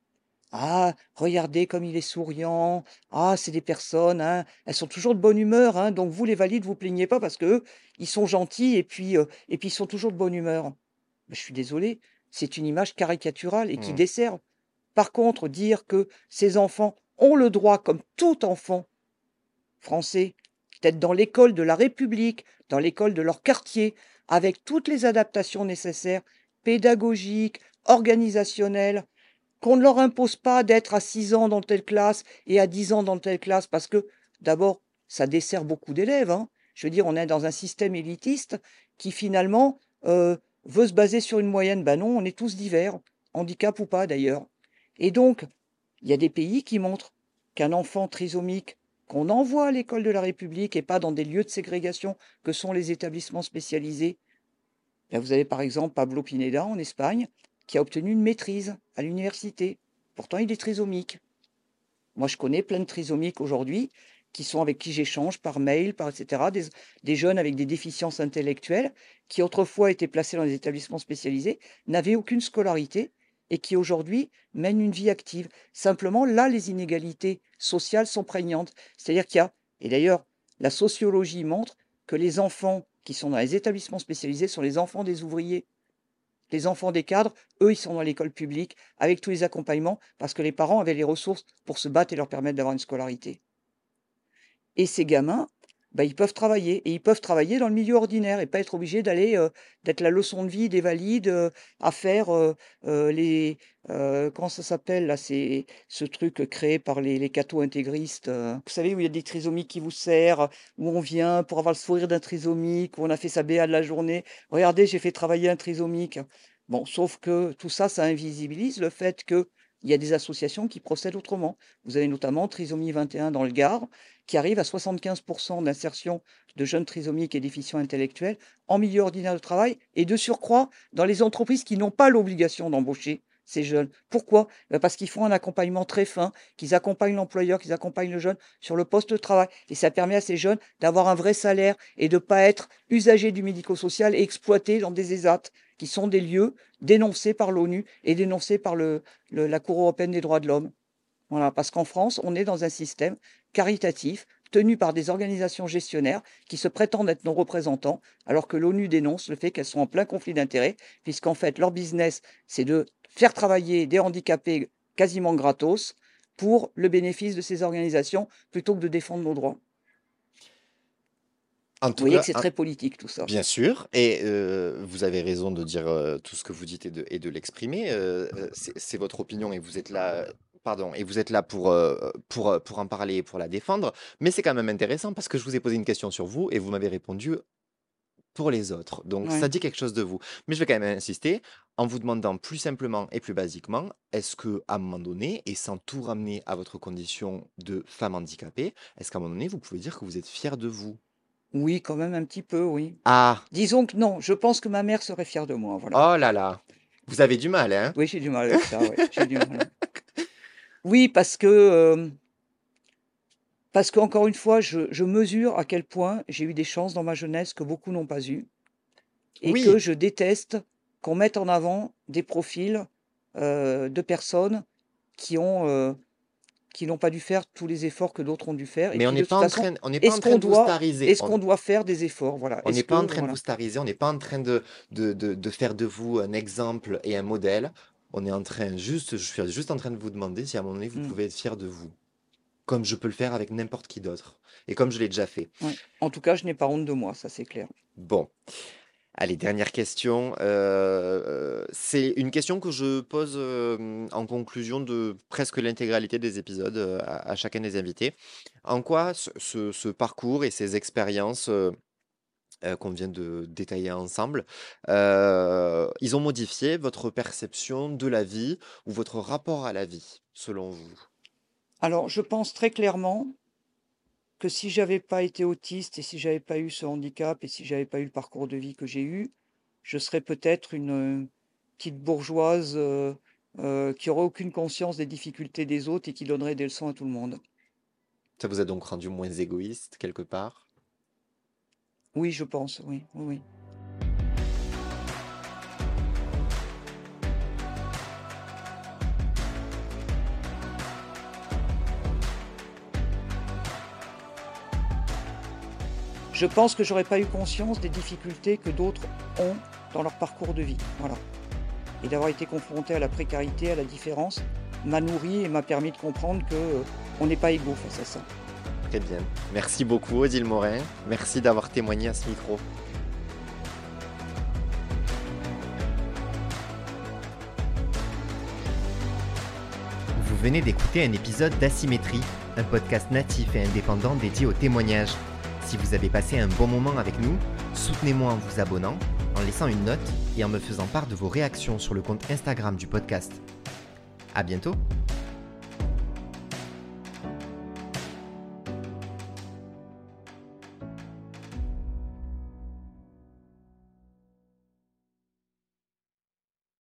«Ah, regardez comme il est souriant. Ah, c'est des personnes, hein, elles sont toujours de bonne humeur, hein, donc vous les valides, vous plaignez pas parce qu'eux, ils sont gentils et puis ils sont toujours de bonne humeur». Je suis désolé, c'est une image caricaturale et qui Mmh. dessert. Par contre, dire que ces enfants ont le droit, comme tout enfant français, d'être dans l'école de la République, dans l'école de leur quartier, avec toutes les adaptations nécessaires, pédagogiques, organisationnelles, qu'on ne leur impose pas d'être à 6 ans dans telle classe et à 10 ans dans telle classe, parce que d'abord, ça dessert beaucoup d'élèves, hein. Je veux dire, on est dans un système élitiste qui finalement veut se baser sur une moyenne. Ben non, on est tous divers, handicap ou pas d'ailleurs. Et donc, il y a des pays qui montrent qu'un enfant trisomique qu'on envoie à l'école de la République et pas dans des lieux de ségrégation que sont les établissements spécialisés. Là, vous avez par exemple Pablo Pineda en Espagne qui a obtenu une maîtrise à l'université. Pourtant, il est trisomique. Moi, je connais plein de trisomiques aujourd'hui qui sont avec qui j'échange par mail, par etc. Des jeunes avec des déficiences intellectuelles qui autrefois étaient placés dans des établissements spécialisés, n'avaient aucune scolarité et qui aujourd'hui mènent une vie active. Simplement, là, les inégalités sociales sont prégnantes. C'est-à-dire qu'il y a, et d'ailleurs, la sociologie montre que les enfants qui sont dans les établissements spécialisés sont les enfants des ouvriers. Les enfants des cadres, eux, ils sont dans l'école publique avec tous les accompagnements parce que les parents avaient les ressources pour se battre et leur permettre d'avoir une scolarité. Et ces gamins, bah, ils peuvent travailler et ils peuvent travailler dans le milieu ordinaire et pas être obligés d'aller, d'être la leçon de vie des valides, à faire, les, comment ça s'appelle là? C'est ce truc, créé par les cathos intégristes, vous savez, où il y a des trisomiques qui vous serrent, où on vient pour avoir le sourire d'un trisomique, où on a fait sa BA de la journée. «Regardez, j'ai fait travailler un trisomique». Bon, sauf que tout ça, ça invisibilise le fait qu'il y a des associations qui procèdent autrement. Vous avez notamment Trisomie 21 dans le Gard, qui arrive à 75 d'insertion de jeunes trisomiques et déficients intellectuels en milieu ordinaire de travail et de surcroît dans les entreprises qui n'ont pas l'obligation d'embaucher ces jeunes. Pourquoi? Parce qu'ils font un accompagnement très fin, qu'ils accompagnent l'employeur, qu'ils accompagnent le jeune sur le poste de travail. Et ça permet à ces jeunes d'avoir un vrai salaire et de ne pas être usagers du médico-social et exploités dans des ESAT, qui sont des lieux dénoncés par l'ONU et dénoncés par la Cour européenne des droits de l'homme. Voilà, parce qu'en France, on est dans un système caritatif tenu par des organisations gestionnaires qui se prétendent être nos représentants, alors que l'ONU dénonce le fait qu'elles sont en plein conflit d'intérêts, puisqu'en fait, leur business, c'est de faire travailler des handicapés quasiment gratos pour le bénéfice de ces organisations, plutôt que de défendre nos droits. En Vous tout voyez que cas, c'est très politique tout ça. bien sûr, et vous avez raison de dire tout ce que vous dites et de l'exprimer. C'est votre opinion et vous êtes là. Pardon, et vous êtes là pour en parler et pour la défendre. Mais c'est quand même intéressant parce que je vous ai posé une question sur vous et vous m'avez répondu pour les autres. Donc ça Ouais. dit quelque chose de vous. Mais je vais quand même insister en vous demandant plus simplement et plus basiquement, est-ce que à un moment donné, et sans tout ramener à votre condition de femme handicapée, est-ce qu'à un moment donné, vous pouvez dire que vous êtes fière de vous? Oui, quand même un petit peu, oui. Ah, Disons que non, je pense que ma mère serait fière de moi, voilà. oh là là, vous avez du mal, hein? Oui, j'ai du mal avec ça, ouais, j'ai du mal. Oui, parce qu'encore une fois, je mesure à quel point j'ai eu des chances dans ma jeunesse que beaucoup n'ont pas eues et que Oui, je déteste qu'on mette en avant des profils, de personnes qui ont, qui n'ont pas dû faire tous les efforts que d'autres ont dû faire et mais puis de toute façon, on n'est pas en train de vous stariser. est-ce qu'on doit faire des efforts? Voilà, On n'est est-ce pas en que train de vous voilà. stariser, on n'est pas en train de faire de vous un exemple et un modèle. On est en train juste, je suis juste en train de vous demander si à un moment donné vous Mmh, pouvez être fier de vous, comme je peux le faire avec n'importe qui d'autre, et comme je l'ai déjà fait. ouais. En tout cas, je n'ai pas honte de moi, ça c'est clair. Bon, allez, dernière question. C'est une question que je pose en conclusion de presque l'intégralité des épisodes à chacun des invités. En quoi ce parcours et ces expériences qu'on vient de détailler ensemble, ils ont modifié votre perception de la vie ou votre rapport à la vie, selon vous? Alors, je pense très clairement que si j'avais pas été autiste et si j'avais pas eu ce handicap et si j'avais pas eu le parcours de vie que j'ai eu, je serais peut-être une, petite bourgeoise, qui aurait aucune conscience des difficultés des autres et qui donnerait des leçons à tout le monde. Ça vous a donc rendu moins égoïste quelque part? Oui, je pense, oui, oui, oui. Je pense que j'aurais pas eu conscience des difficultés que d'autres ont dans leur parcours de vie, voilà. Et d'avoir été confronté à la précarité, à la différence, m'a nourri et m'a permis de comprendre que, on n'est pas égaux face à ça. Très bien. Merci beaucoup, Odile Morin. Merci d'avoir témoigné à ce micro. Vous venez d'écouter un épisode d'Asymétrie, un podcast natif et indépendant dédié aux témoignages. Si vous avez passé un bon moment avec nous, soutenez-moi en vous abonnant, en laissant une note et en me faisant part de vos réactions sur le compte Instagram du podcast. À bientôt!